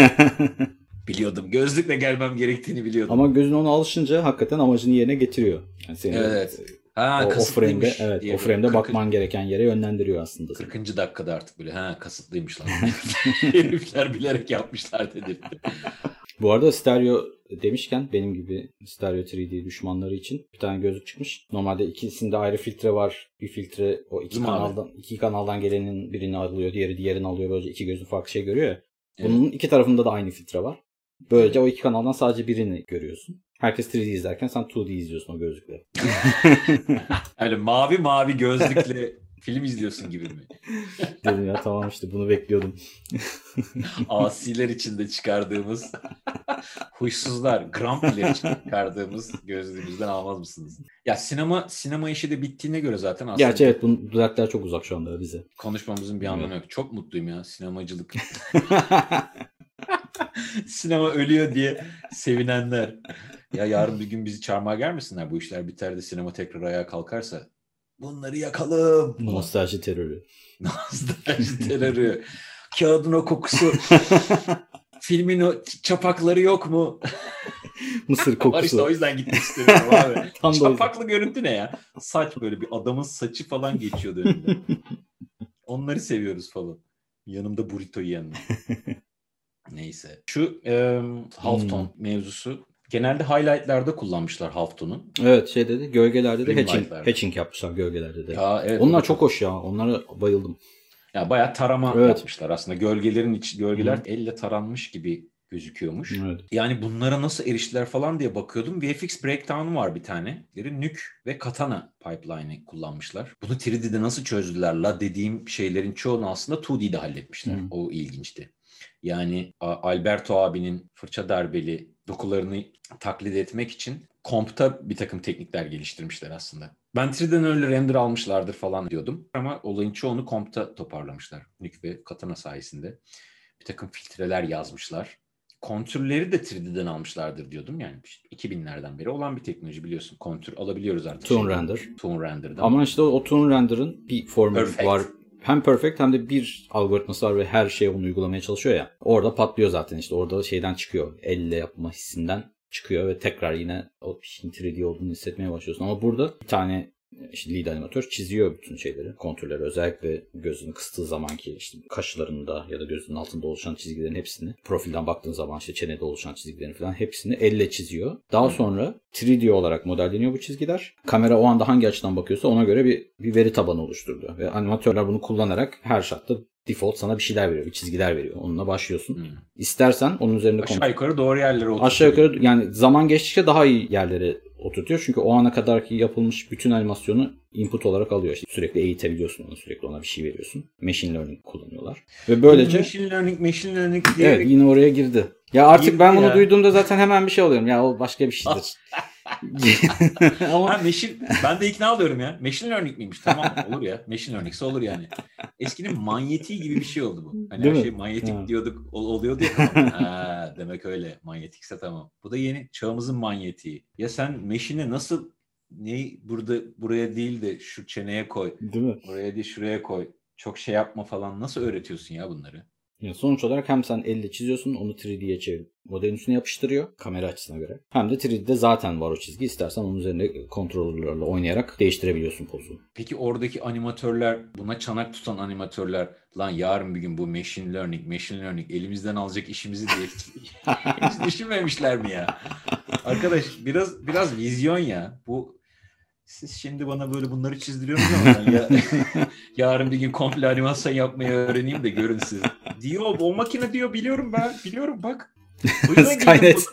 biliyordum. Gözlükle gelmem gerektiğini biliyordum. Ama gözün ona alışınca hakikaten amacını yerine getiriyor. Yani seni evet. Ha, o, o frame'de, evet, o frame'de kırk bakman gereken yere yönlendiriyor aslında. kırkıncı dakikada artık böyle ha kasıtlıymışlar. Herifler bilerek yapmışlar dedi. Bu arada stereo demişken, benim gibi stereo üç D düşmanları için bir tane gözlük çıkmış. Normalde ikisinde ayrı filtre var. Bir filtre o iki Değil kanaldan abi? iki kanaldan gelenin birini alıyor, diğeri diğerini alıyor. Böylece iki gözün farklı şey görüyor ya. Bunun evet. iki tarafında da aynı filtre var. Böylece evet. o iki kanaldan sadece birini görüyorsun. Herkes üç D izlerken sen iki D izliyorsun o gözlükle. Öyle mavi mavi gözlükle film izliyorsun gibi mi? Dedim ya, tamam işte bunu bekliyordum. Asiler içinde çıkardığımız huysuzlar, grampiler için çıkardığımız gözlüğümüzden almaz mısınız? Ya sinema sinema işi de bittiğine göre zaten aslında. Gerçi evet, bu dertler çok uzak şu anda bize. Konuşmamızın bir anlamı evet. yok. Çok mutluyum ya sinemacılık. Sinema ölüyor diye sevinenler. Ya yarın bir gün bizi çarmıha gelmesinler, bu işler biter de sinema tekrar ayağa kalkarsa. Bunları yakalım. Nostalji terörü. Nostalji terörü. Kağıdın o kokusu. Filmin o çapakları yok mu? Mısır kokusu. Var işte, o yüzden gitmek istemiyorum abi. Tam çapaklı görüntü ne ya? Saç, böyle bir adamın saçı falan geçiyordu önünde. Onları seviyoruz falan. Yanımda burrito yiyenler. Neyse. Şu e, halftone hmm. mevzusu. Genelde highlight'larda kullanmışlar halftone'u. Evet, şey dedi, gölgelerde de hatching, hatching yapmışlar gölgelerde de. Ya, evet, onlar çok hoş ya. Onlara bayıldım. Ya bayağı tarama evet. yapmışlar aslında. Gölgelerin iç gölgeler hmm. elle taranmış gibi gözüküyormuş. Evet. Yani bunlara nasıl eriştiler falan diye bakıyordum. V F X breakdown'u var bir tane. Nük ve Katana pipeline'ı kullanmışlar. Bunu üç D'de nasıl çözdüler la dediğim şeylerin çoğunu aslında iki D'de halletmişler. Hmm. O ilginçti. Yani Alberto abinin fırça darbeli dokularını taklit etmek için kompta bir takım teknikler geliştirmişler aslında. Ben üç D'den öyle render almışlardır falan diyordum. Ama olayın çoğunu kompta toparlamışlar. Nük ve Katana sayesinde. Bir takım filtreler yazmışlar. kontürleri de üç D'den almışlardır diyordum. Yani iki binlerden beri olan bir teknoloji biliyorsun. Kontür alabiliyoruz artık. Toon Render. Toon Render'dan. Ama işte o Toon Render'ın bir formülü Perfect. var. Hem perfect hem de bir algoritması var ve her şey onu uygulamaya çalışıyor ya. Orada patlıyor zaten işte. Orada şeyden çıkıyor. Elle yapma hissinden çıkıyor ve tekrar yine o şeyin üç D olduğunu hissetmeye başlıyorsun. Ama burada bir tane işte lead animatör çiziyor bütün şeyleri, kontürleri. Özellikle gözünü kıstığı zamanki işte kaşlarında ya da gözünün altında oluşan çizgilerin hepsini, profilden baktığın zaman işte çenede oluşan çizgilerin falan hepsini elle çiziyor. Daha sonra üç D olarak modelleniyor bu çizgiler. Kamera o anda hangi açıdan bakıyorsa ona göre bir, bir veri tabanı oluşturdu. Ve animatörler bunu kullanarak her şartta default sana bir şeyler veriyor, bir çizgiler veriyor. Onunla başlıyorsun. Hmm. İstersen onun üzerinde aşağı kontrol... yukarı doğru yerlere oturtuyor. Aşağı yukarı yani zaman geçtikçe daha iyi yerlere oturtuyor. Çünkü o ana kadarki yapılmış bütün animasyonu input olarak alıyor. İşte sürekli eğitebiliyorsun onu, sürekli ona bir şey veriyorsun. Machine learning kullanıyorlar. Ve böylece machine learning, machine learning diye. Evet, yine oraya girdi. Ya artık girdi ben bunu ya. duyduğumda zaten hemen bir şey oluyorum. Ya o başka bir şeydir. Ama ha, machine, ben de ikna oluyorum ya. Machine learning miymiş? Tamam olur ya. Machine learning'se olur yani. Eskinin manyetiği gibi bir şey oldu bu. Hani değil her mi? şey manyetik ha. diyorduk, oluyordu ya. Tamam. Ha, demek öyle. Manyetikse tamam. Bu da yeni çağımızın manyetiği. Ya sen machine'e nasıl ne burada buraya değil de şu çeneye koy. Değil mi? Oraya değil şuraya koy. Çok şey yapma falan. Nasıl öğretiyorsun ya bunları? Yani sonuç olarak hem sen elle çiziyorsun, onu üç D'ye çevirip modelin üstüne yapıştırıyor kamera açısına göre. Hem de üç D'de zaten var o çizgi. İstersen onun üzerinde kontrolörlerle oynayarak değiştirebiliyorsun pozunu. Peki oradaki animatörler, buna çanak tutan animatörler, lan yarın bir gün bu machine learning, machine learning elimizden alacak işimizi diye hiç düşünmemişler mi ya? Arkadaş biraz biraz vizyon ya. Bu siz şimdi bana böyle bunları çizdiriyorsunuz ama ya, yarın bir gün komple animasyon yapmayı öğreneyim de görün siz. Diyor o makine diyor biliyorum ben biliyorum bak. Skynet.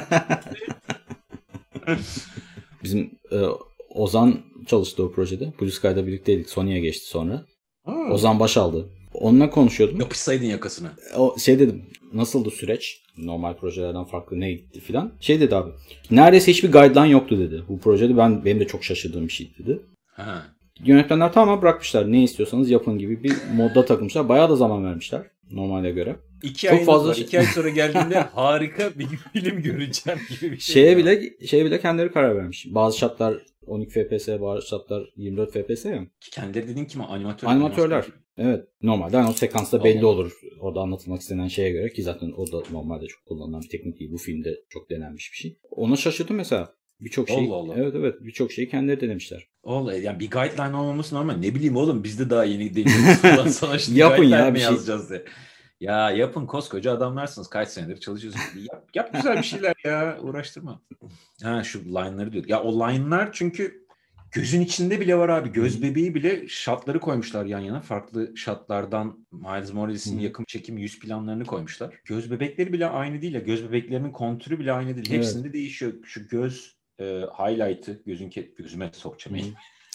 Bizim e, Ozan çalıştı o projede. Blue Sky'da birlikteydik. Sony'ye geçti sonra. Hmm. Ozan başaldı. Onunla konuşuyordum. Yapışsaydın yakasına. O şey dedim. Nasıldı süreç? Normal projelerden farklı ne gitti filan. Şey dedi abi. Neredeyse hiçbir guideline yoktu dedi. Bu projede ben benim de çok şaşırdığım bir şey dedi. Ha. Yönetmenler tamamen bırakmışlar. Ne istiyorsanız yapın gibi bir modda takılmışlar. Bayağı da zaman vermişler normale göre. İki çok fazla var. İki ay sonra geldiğinde harika bir film göreceğim gibi bir şey. Şeye bile, şeye bile kendileri karar vermiş. Bazı şartlar on iki F P S, bazı şartlar yirmi dört F P S ya. Kendileri dediğin kim? Animatör. Animatörler. Evet. Normalde yani o sekansta belli Allah. Olur. Orada anlatılmak istenen şeye göre ki zaten o da normalde çok kullanılan bir teknik değil. Bu filmde çok denenmiş bir şey. Ona şaşırdım mesela. Birçok şey. Allah Allah. Evet evet. Birçok şeyi kendileri denemişler. Allah yani bir guideline olmaması normal. Ne bileyim oğlum biz de daha yeni deniyoruz falan sana şimdi yapın guideline ya mi bir şey. yazacağız diye. Ya yapın koskoca adamlarsınız. Kaç senedir çalışıyorsunuz. Yap, yap güzel bir şeyler ya. Uğraştırma. Ha şu line'ları diyor. Ya o line'lar çünkü gözün içinde bile var abi. Göz bebeği bile şatları koymuşlar yan yana. Farklı şatlardan Miles Morales'in yakın çekim yüz planlarını koymuşlar. Göz bebekleri bile aynı değil ya. Göz bebeklerinin kontürü bile aynı değil. Hepsinde evet. değişiyor. Şu göz e, highlight'ı gözün ke- gözüme sokacağım.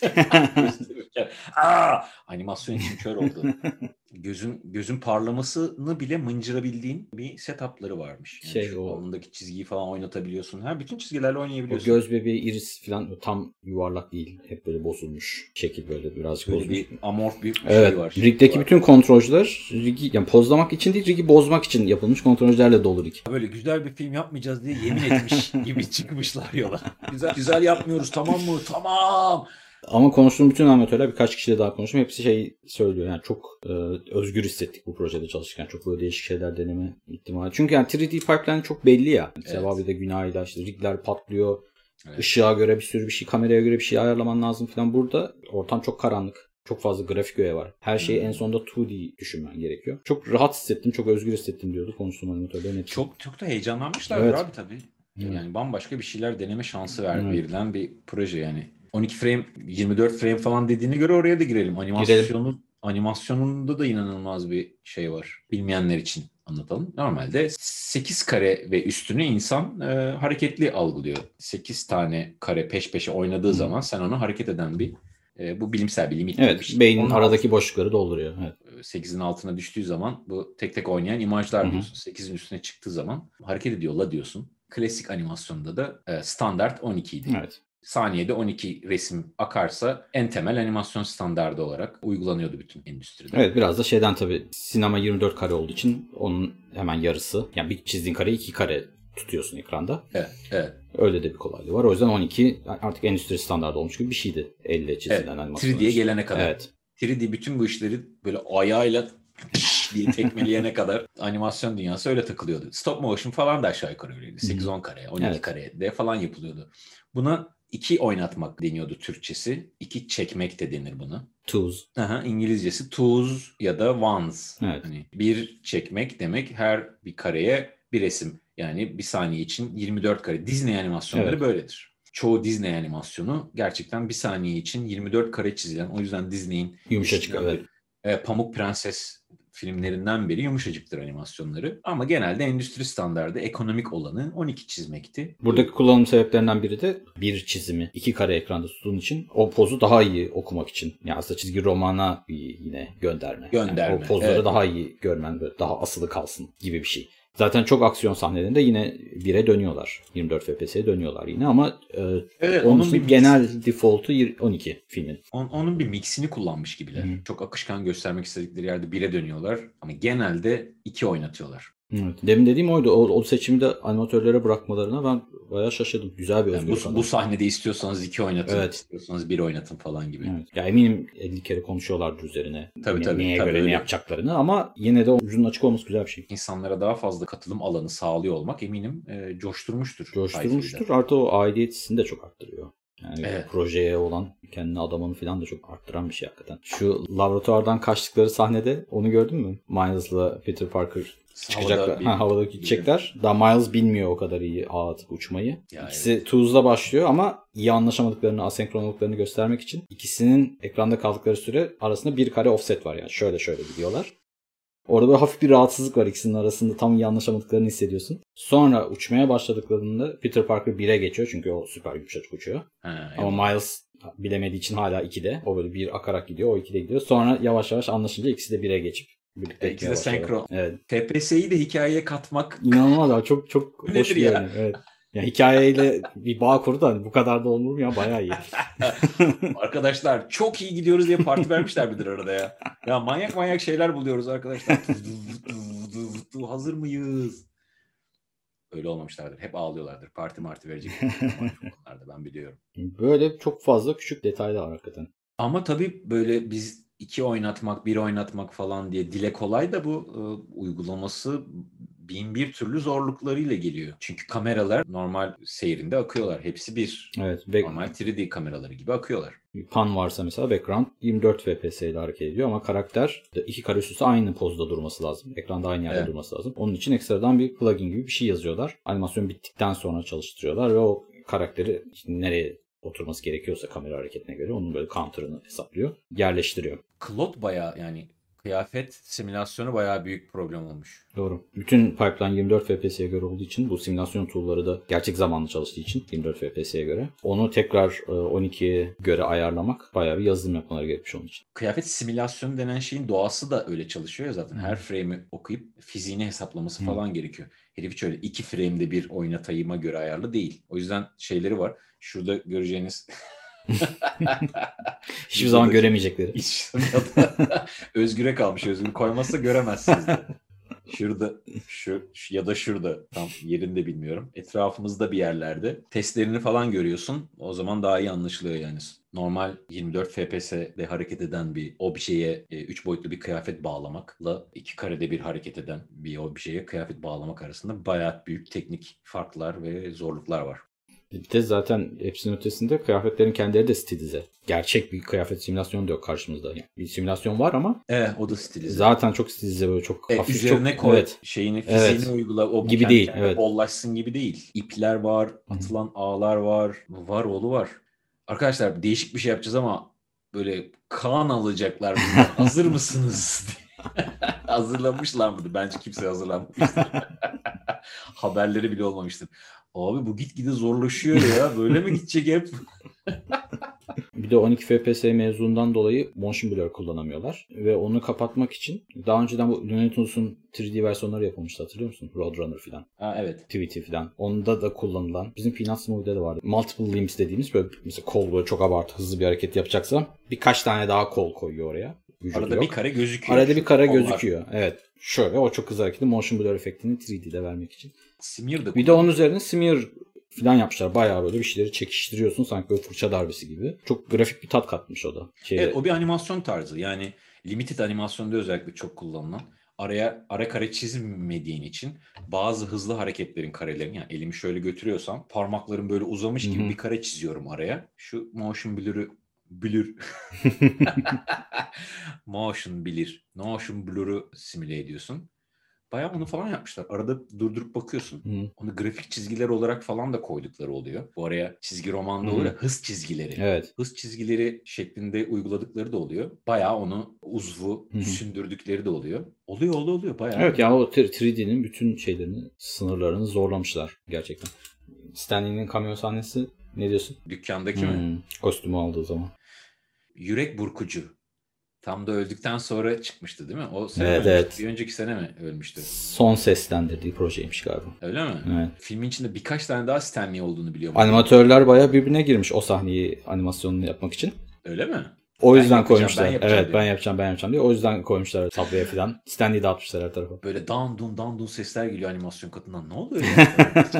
Aa, animasyon için kör oldu. Gözün gözün parlamasını bile mıncırabildiğin bir setup'ları varmış. Yani şey, o alnındaki çizgiyi falan oynatabiliyorsun. Ha bütün çizgilerle oynayabiliyorsun. O göz bebeği iris falan tam yuvarlak değil. Hep böyle bozulmuş. Şekil böyle birazcık böyle bozulmuş. bir amorf bir evet, şey var. Rig'deki bütün kontrolcüler rigi yani pozlamak için değil, rigi bozmak için yapılmış kontrolcülerle dolu rig. Böyle güzel bir film yapmayacağız diye yemin etmiş gibi çıkmışlar yola. Güzel güzel yapmıyoruz tamam mı? Tamam. Ama konuştuğum bütün animatörler birkaç kişiyle daha konuştum. Hepsi şey söylüyor. Yani çok e, özgür hissettik bu projede çalışırken. Çok böyle değişik şeyler deneme ihtimali. Çünkü yani üç D pipeline çok belli ya. Evet. Sevabi de günahıyla işte rigler patlıyor. Evet. Işığa göre bir sürü bir şey, kameraya göre bir şey ayarlaman lazım falan. Burada ortam çok karanlık. Çok fazla grafik öğe var. Her şeyi hmm. en sonunda iki D düşünmen gerekiyor. Çok rahat hissettim, çok özgür hissettim diyordu konuştuğum animatörlerin hepsi. Çok çok da heyecanlanmışlar evet. abi tabii. Hmm. Yani bambaşka bir şeyler deneme şansı ver, hmm. verilen bir proje yani. on iki frame, yirmi dört frame falan dediğine göre oraya da girelim. Animasyonun, animasyonunda da inanılmaz bir şey var. Bilmeyenler için anlatalım. Normalde sekiz kare ve üstünü insan e, hareketli algılıyor. sekiz tane kare peş peşe oynadığı hmm. zaman sen onu hareket eden bir e, bu bilimsel bir limit. Evet, şey. Beynin Onun aradaki altı, boşlukları dolduruyor. Evet. sekizin altına düştüğü zaman bu tek tek oynayan imajlar hmm. diyorsun. sekizin üstüne çıktığı zaman hareket ediyor la diyorsun. Klasik animasyonda da e, standart on iki idi. Evet. saniyede on iki resim akarsa en temel animasyon standardı olarak uygulanıyordu bütün endüstride. Evet, biraz da şeyden tabii sinema yirmi dört kare olduğu için onun hemen yarısı. Yani bir çizdiğin kareyi iki kare tutuyorsun ekranda. Evet, evet. Öyle de bir kolaylığı var. O yüzden on iki artık endüstri standardı olmuş gibi bir şeydi. Elle çizilen evet, animasyon. üç D'ye gelene kadar. Evet. üç D bütün bu işleri böyle ayağıyla diye tekmeleyene kadar animasyon dünyası öyle takılıyordu. Stop motion falan da aşağı yukarı öyleydi. sekiz on kare, on iki evet. karede falan yapılıyordu. Buna iki oynatmak deniyordu Türkçesi. İki çekmek de denir buna. Twos. Aha, İngilizcesi twos ya da ones. Evet. Hani bir çekmek demek her bir kareye bir resim. Yani bir saniye için yirmi dört kare. Disney animasyonları evet. böyledir. Çoğu Disney animasyonu gerçekten bir saniye için yirmi dört kare çizilen. O yüzden Disney'in yumuşacık evet. E, Pamuk Prenses filmlerinden beri yumuşacıktır animasyonları. Ama genelde endüstri standardı ekonomik olanı on iki çizmekti. Buradaki kullanım sebeplerinden biri de bir çizimi iki kare ekranda tuttuğun için o pozu daha iyi okumak için. Yani aslında çizgi romana bir yine gönderme. Gönderme. Yani o pozları evet. daha iyi görmen, böyle daha asılı kalsın gibi bir şey. Zaten çok aksiyon sahnelerinde yine bire dönüyorlar. yirmi dört F P S'ye dönüyorlar yine ama e, evet, onun, onun bir genel mix... default'u on iki filmin. On, onun bir mixini kullanmış gibiler. Hı. Çok akışkan göstermek istedikleri yerde bire dönüyorlar ama genelde iki oynatıyorlar. Evet. Demin dediğim oydu. O, o seçimi de animatörlere bırakmalarına ben bayağı şaşırdım. Güzel bir özgürlük. Yani bu, bu sahnede istiyorsanız iki oynatın, evet. istiyorsanız bir oynatın falan gibi. Evet. Ya eminim elli kere konuşuyorlardır üzerine. Tabii ne, tabii. Neye tabii, göre öyle. ne yapacaklarını ama yine de ucunun açık olması güzel bir şey. İnsanlara daha fazla katılım alanı sağlıyor olmak eminim e, coşturmuştur. Coşturmuştur. Artı o aidiyet hissini de çok arttırıyor. Yani evet. projeye olan kendine adamanı falan da çok arttıran bir şey hakikaten. Şu laboratuvardan kaçtıkları sahnede onu gördün mü? Miles'la Peter Parker çıkacaklar. Havada, ha, havada gidecekler. Daha Miles bilmiyor o kadar iyi ağ atıp uçmayı. Ya İkisi evet. Two's'da başlıyor ama iyi anlaşamadıklarını, asenkron olduklarını göstermek için ikisinin ekranda kaldıkları süre arasında bir kare offset var yani. Şöyle şöyle gidiyorlar. Orada böyle hafif bir rahatsızlık var ikisinin arasında. Tam iyi anlaşamadıklarını hissediyorsun. Sonra uçmaya başladıklarında Peter Parker bire geçiyor. Çünkü o süper yumuşacık uçuyor. Ha, Ama evet. Miles bilemediği için hala ikide. O böyle bir akarak gidiyor. O ikide gidiyor. Sonra yavaş yavaş anlaşınca ikisi de bire geçip birlikte İkisi de senkron. Evet. F P S'yi de hikayeye katmak. İnanılmaz abi. Çok çok hoş bir yani. Evet. Yani hikayeyle bir bağ kurdu da bu kadar da olur mu ya, bayağı iyi. Arkadaşlar çok iyi gidiyoruz diye parti vermişler midir arada ya? Ya manyak manyak şeyler buluyoruz arkadaşlar. Hazır mıyız? Öyle olmamışlardır. Hep ağlıyorlardır. Parti marti verecek. Onlarda ben biliyorum. Böyle çok fazla küçük detaylar var hakikaten. Ama tabii böyle biz iki oynatmak, bir oynatmak falan diye dile kolay da bu e, uygulaması bin bir türlü zorluklarıyla geliyor. Çünkü kameralar normal seyrinde akıyorlar. Hepsi bir. Evet. Back... Normal üç D kameraları gibi akıyorlar. Pan varsa mesela background yirmi dört F P S ile hareket ediyor ama karakter iki kare üst üste aynı pozda durması lazım. Ekranda aynı yerde evet. durması lazım. Onun için ekstradan bir plugin gibi bir şey yazıyorlar. Animasyon bittikten sonra çalıştırıyorlar ve o karakteri işte nereye oturması gerekiyorsa kamera hareketine göre onun böyle counter'ını hesaplıyor, yerleştiriyor. Claude bayağı yani kıyafet simülasyonu bayağı büyük problem olmuş. Doğru. Bütün pipeline yirmi dört F P S'ye göre olduğu için bu simülasyon tool'ları da gerçek zamanlı çalıştığı için yirmi dört F P S'ye göre onu tekrar on ikiye göre ayarlamak bayağı bir yazılım yapmaları gerekmiş onun için. Kıyafet simülasyonu denen şeyin doğası da öyle çalışıyor ya zaten. Hmm. Her frame'i okuyup fiziğini hesaplaması hmm. falan gerekiyor. Herif hiç öyle iki frame'de bir oynatayıma göre ayarlı değil. O yüzden şeyleri var. Şurada göreceğiniz hiçbir zaman göremeyecekleri. Hiç, Özgür'e kalmış. Özgür koymazsa göremezsiniz de. Şurada şu, şu ya da şurada tam yerinde bilmiyorum. Etrafımızda bir yerlerde testlerini falan görüyorsun. O zaman daha iyi anlaşılıyor yani. Normal yirmi dört F P S'de hareket eden bir objeye üç boyutlu bir kıyafet bağlamakla iki karede bir hareket eden bir objeye kıyafet bağlamak arasında bayağı büyük teknik farklar ve zorluklar var. Bir de zaten hepsinin ötesinde kıyafetlerin kendileri de stilize. Gerçek bir kıyafet simülasyonu da yok karşımızda. Yani bir simülasyon var ama evet, o da stilize. Zaten çok stilize, böyle çok e, hafif. Üzerine çok, koy, evet. şeyini, fiziğini evet. uygula. O gibi değil. Evet. Bollaşsın gibi değil. İpler var, atılan Hı-hı. ağlar var. Var oğlu var. Arkadaşlar değişik bir şey yapacağız ama böyle kan alacaklar bizden. Hazır mısınız? Hazırlanmışlar mıydı? Bence kimse hazırlanmamıştır. Haberleri bile olmamıştır. Abi bu gitgide zorlaşıyor ya. Böyle mi gidecek hep? Bir de on iki F P S mevzundan dolayı motion blur kullanamıyorlar. Ve onu kapatmak için daha önceden bu Looney Tunes'un üç D versiyonları yapılmıştı, hatırlıyor musun? Roadrunner falan. Ha evet. Tweety falan. Onda da kullanılan. Bizim Peanuts Movie'de de vardı. Multiple limbs dediğimiz böyle mesela kol böyle çok abartı hızlı bir hareket yapacaksa birkaç tane daha kol koyuyor oraya. Vücudu Arada yok. bir kare gözüküyor. Arada bir kare Kollar. gözüküyor. Evet. Şöyle o çok hızlı hareketi motion blur efektini üç D'de vermek için. Smear da Bir de onun üzerine smear falan yapmışlar. Bayağı böyle bir şeyleri çekiştiriyorsun sanki böyle fırça darbesi gibi. Çok grafik bir tat katmış o da. Şeyde... Evet, o bir animasyon tarzı. Yani limited animasyonda özellikle çok kullanılan. Araya ara kare çizmediğin için bazı hızlı hareketlerin karelerini, yani elimi şöyle götürüyorsam parmaklarım böyle uzamış gibi Hı-hı. bir kare çiziyorum araya. Şu motion blur'ü blur motion blur motion blur'u simüle ediyorsun. Bayağı onu falan yapmışlar. Arada durdurup bakıyorsun. Hı. Onu grafik çizgiler olarak falan da koydukları oluyor. Bu araya çizgi romanda Hı. olur ya, hız çizgileri. Evet. Hız çizgileri şeklinde uyguladıkları da oluyor. Bayağı onu uzvu Hı. sündürdükleri de oluyor. Oluyor oluyor oluyor bayağı. Evet ya yani o üç D'nin bütün şeylerini, sınırlarını zorlamışlar gerçekten. Stanley'nin kamyon sahnesi ne diyorsun? Dükkandaki hmm. mi? Kostümü aldığı zaman. Yürek burkucu. Tam da öldükten sonra çıkmıştı değil mi? O sene evet, mi evet. Bir önceki sene mi ölmüştü? Son seslendirdiği projeymiş galiba. Öyle mi? Evet. Filmin içinde birkaç tane daha Stanley olduğunu biliyorum. Animatörler bayağı birbirine girmiş o sahneyi animasyonunu yapmak için. Öyle mi? O yüzden ben koymuşlar. Ben evet diye. ben yapacağım ben yapacağım diye. O yüzden koymuşlar tabloya falan. Stanley'i dağıtmışlar her tarafa. Böyle down dun down dun sesler geliyor animasyon katından. Ne oluyor ya?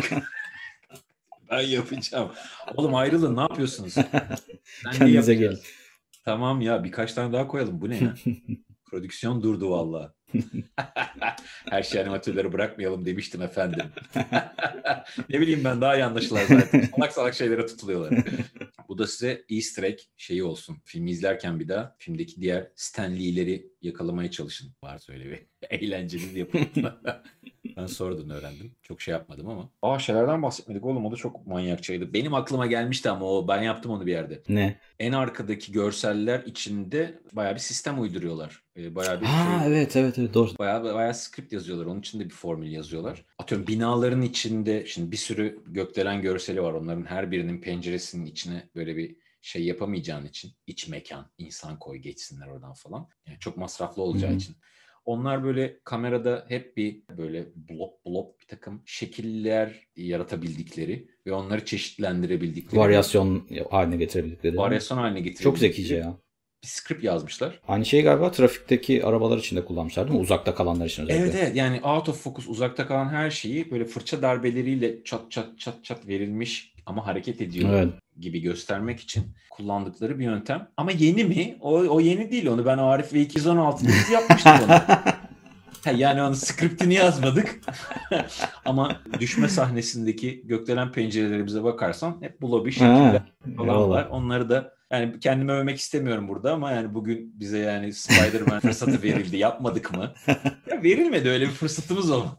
Ben yapacağım. Oğlum ayrılın, ne yapıyorsunuz? Kendinize gelin. Tamam ya, birkaç tane daha koyalım. Bu ne ya? Prodüksiyon durdu vallahi. Her şey animatörleri bırakmayalım demiştim efendim. Ne bileyim ben, daha iyi anlaşılar zaten. Salak salak şeylere tutuluyorlar. Bu da size Easter egg şeyi olsun. Filmi izlerken bir daha filmdeki diğer Stanley'leri yakalamaya çalışın. Varsa öyle bir eğlenceli yapın. Ben sonradan öğrendim. Çok şey yapmadım ama. Aa, şeylerden bahsetmedik oğlum. O da çok manyakçaydı. Benim aklıma gelmişti ama o, ben yaptım onu bir yerde. Ne? En arkadaki görseller içinde bayağı bir sistem uyduruyorlar. Ee, bayağı bir ha, şey. Evet evet evet doğru. Bayağı bayağı script yazıyorlar. Onun için de bir formül yazıyorlar. Atıyorum binaların içinde şimdi bir sürü gökdelen görseli var. Onların her birinin penceresinin içine böyle bir şey yapamayacağın için, iç mekan, insan koy geçsinler oradan falan. Yani çok masraflı olacağı Hı-hı. için. Onlar böyle kamerada hep bir böyle blok blok bir takım şekiller yaratabildikleri ve onları çeşitlendirebildikleri. Varyasyon haline getirebildikleri. Varyasyon haline getirebildikleri. Çok zekice ya. Bir script yazmışlar. Aynı şeyi galiba trafikteki arabalar için de kullanmışlar değil mi? Uzakta kalanlar için özellikle. Evet evet, yani out of focus, uzakta kalan her şeyi böyle fırça darbeleriyle çat çat çat çat verilmiş ama hareket ediyor evet. gibi göstermek için kullandıkları bir yöntem. Ama yeni mi? O, o yeni değil. Onu ben Arif ve iki yüz on altıda biz yapmıştık onu. Ha, yani onun skriptini yazmadık. Ama düşme sahnesindeki gökdelen pencerelerimize bakarsan hep bulabi şekiller falan var. Onları da yani kendimi övmek istemiyorum burada ama yani bugün bize yani Spider-Man fırsatı verildi. Yapmadık mı? Ya verilmedi, öyle bir fırsatımız olmadı.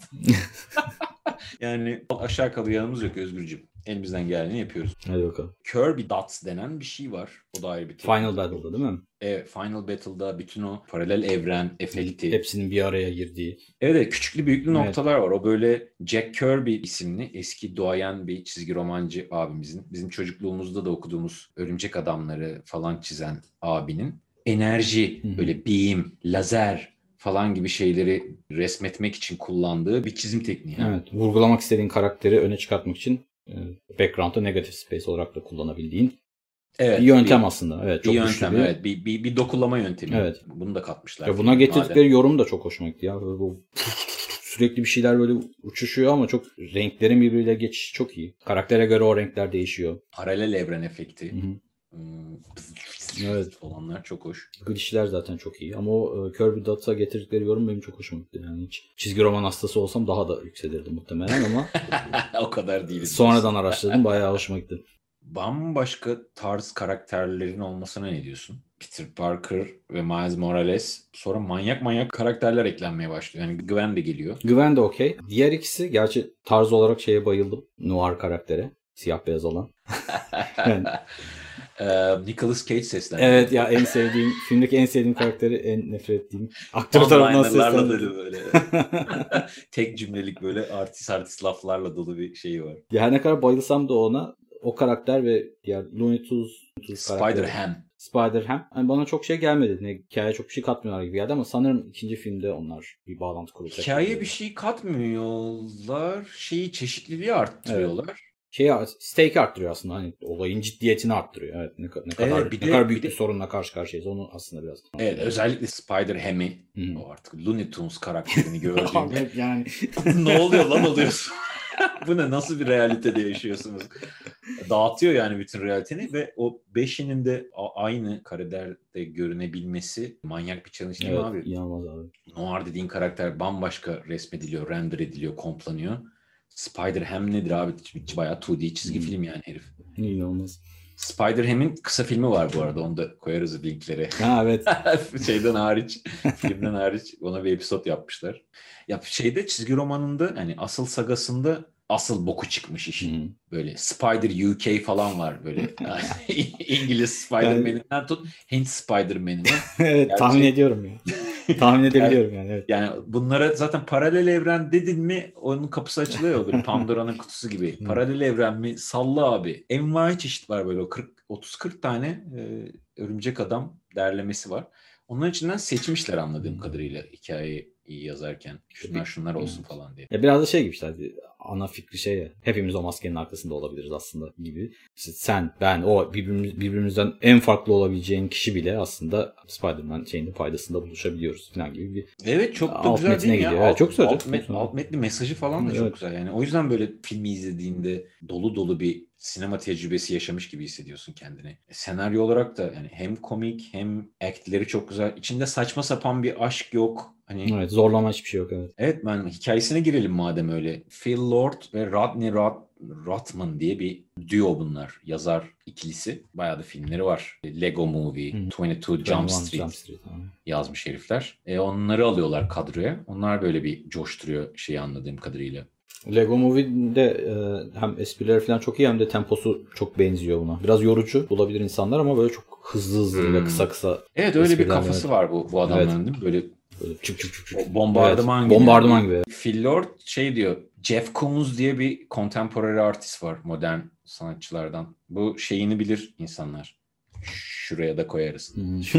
Yani aşağı yukarı yanımız yok Özgürcüğüm. Elimizden geldiğini yapıyoruz. Hadi bakalım. Kirby Dots denen bir şey var. O da ayrı bir teknik. Final Battle'da değil mi? Evet, Final Battle'da bütün o paralel evren efekti. Hepsinin bir araya girdiği. Evet, küçüklü büyüklü evet. noktalar var. O böyle Jack Kirby isimli eski duayen bir çizgi romancı abimizin. Bizim çocukluğumuzda da okuduğumuz Örümcek Adamları falan çizen abinin enerji, Hı-hı. böyle beam, lazer falan gibi şeyleri resmetmek için kullandığı bir çizim tekniği. Evet, vurgulamak istediğin karakteri öne çıkartmak için background'da negative space olarak da kullanabildiğin evet, bir yöntem bir, aslında. Evet, çok bir yöntem, bir... evet. Bir, bir, bir dokulama yöntemi. Evet. Bunu da katmışlar. Ya buna getirdikleri yorum da çok hoşuma gitti ya. Böyle bu sürekli bir şeyler böyle uçuşuyor ama çok renklerin birbiriyle geçişi çok iyi. Karaktere göre o renkler değişiyor. Paralel evren efekti. Hı-hı. Hmm, evet. Olanlar çok hoş. Glitch'ler zaten çok iyi ama o uh, Kirby Dots'a getirdikleri yorum benim çok hoşuma gitti. Yani hiç çizgi roman hastası olsam daha da yükselirdim muhtemelen ama o kadar değil. Sonradan araştırdım, bayağı hoşuma gitti. Bambaşka tarz karakterlerin olmasına ne diyorsun? Peter Parker ve Miles Morales. Sonra manyak manyak karakterler eklenmeye başlıyor. Yani Gwen de geliyor. Gwen de okey. Diğer ikisi gerçi tarz olarak şeye bayıldım. Noir karaktere. Siyah beyaz olan. yani. Ee, Nicolas Cage seslendiriyor. Evet ya, en sevdiğim filmdeki en sevdiğim karakteri, en nefret ettiğim aktör tarafından seslendiriyor. Böyle. Tek cümlelik böyle artist artist laflarla dolu bir şeyi var. Ya her ne kadar bayılsam da ona, o karakter ve diğer Looney Tunes, Spider-Ham. Spider-Ham. Yani bana çok şey gelmedi. Ne, hikayeye çok bir şey katmıyorlar gibi geldi ama sanırım ikinci filmde onlar bir bağlantı kuracak. Hikayeye bir şey katmıyorlar. Şeyi, çeşitliliği arttırıyorlar. Evet. Şey, stake'i arttırıyor aslında. Hani olayın ciddiyetini arttırıyor. Evet, ne, ne kadar evet, ne de, kadar büyük bir, bir de... sorunla karşı karşıyayız. Onu aslında biraz. Evet, özellikle Spider-Ham'i, o artık Looney Tunes karakterini gördüğünde yani ne oluyor lan oluyorsun. Bu ne, nasıl bir realitede yaşıyorsunuz? Dağıtıyor yani bütün realiteni ve o beşinin de aynı karelerde görünebilmesi manyak bir challenge değil evet, mi abi? İnanılmaz abi. Noir dediğin karakter bambaşka resmediliyor, render ediliyor, komplanıyor. Spider-Ham nedir abi? Bayağı iki D çizgi hmm. film yani herif. İnanılmaz. Spider-Ham'in kısa filmi var bu arada. Onu da koyarız linkleri. Ha evet. Şeyden hariç, filmden hariç ona bir episode yapmışlar. Ya şeyde, çizgi romanında hani asıl sagasında asıl boku çıkmış işin. Hmm. Böyle Spider U K falan var böyle. İngiliz Spider-Man'inden tut Hint Spider-Man'ine. Evet, gerçi... tahmin ediyorum ya. Tahmin edebiliyorum yani. Evet. Yani bunlara zaten paralel evren dedin mi onun kapısı açılıyor böyle Pandora'nın kutusu gibi. Paralel evren mi? Salla abi. Envai çeşit var böyle, otuz kırk tane e, örümcek adam derlemesi var. Onların içinden seçmişler anladığım kadarıyla hikayeyi iyi yazarken. Şunlar şunlar olsun falan diye. Ya biraz da şey gibi işte, ana fikri şey ya, hepimiz o maskenin arkasında olabiliriz aslında gibi. İşte sen, ben, o birbirimiz, birbirimizden en farklı olabileceğin kişi bile aslında Spider-Man şeyinde paydasında buluşabiliyoruz falan gibi bir. Evet, çok da güzel değil mi ya? Evet, çok güzel. Alt, met, alt metni mesajı falan da evet. Çok güzel yani. O yüzden böyle filmi izlediğinde dolu dolu bir sinema tecrübesi yaşamış gibi hissediyorsun kendini. E, senaryo olarak da yani hem komik hem actleri çok güzel. İçinde saçma sapan bir aşk yok. Hani, evet, zorlama hiçbir şey yok. Evet. Evet, ben hikayesine girelim madem öyle. Phil Lord ve Rodney Rod, Rothman diye bir duo bunlar. Yazar ikilisi. Bayağı da filmleri var. Lego Movie, hmm. yirmi iki Jump Street, Jump Street yazmış herifler. E, onları alıyorlar kadroya. Onlar böyle bir coşturuyor şeyi anladığım kadarıyla. Lego Movie'de e, hem esprileri falan çok iyi hem de temposu çok benziyor buna. Biraz yorucu olabilir insanlar ama böyle çok hızlı hızlı hmm. ve kısa kısa. Evet, öyle bir kafası evet. var bu, bu adamların evet. Değil mi? Böyle Böyle çık çık çık çık. Bombardıman evet. gibi. Bombardıman gibi. Phil Lord şey diyor. Jeff Koons diye bir contemporary artist var modern sanatçılardan. Bu şeyini bilir insanlar. Şuraya da koyarız.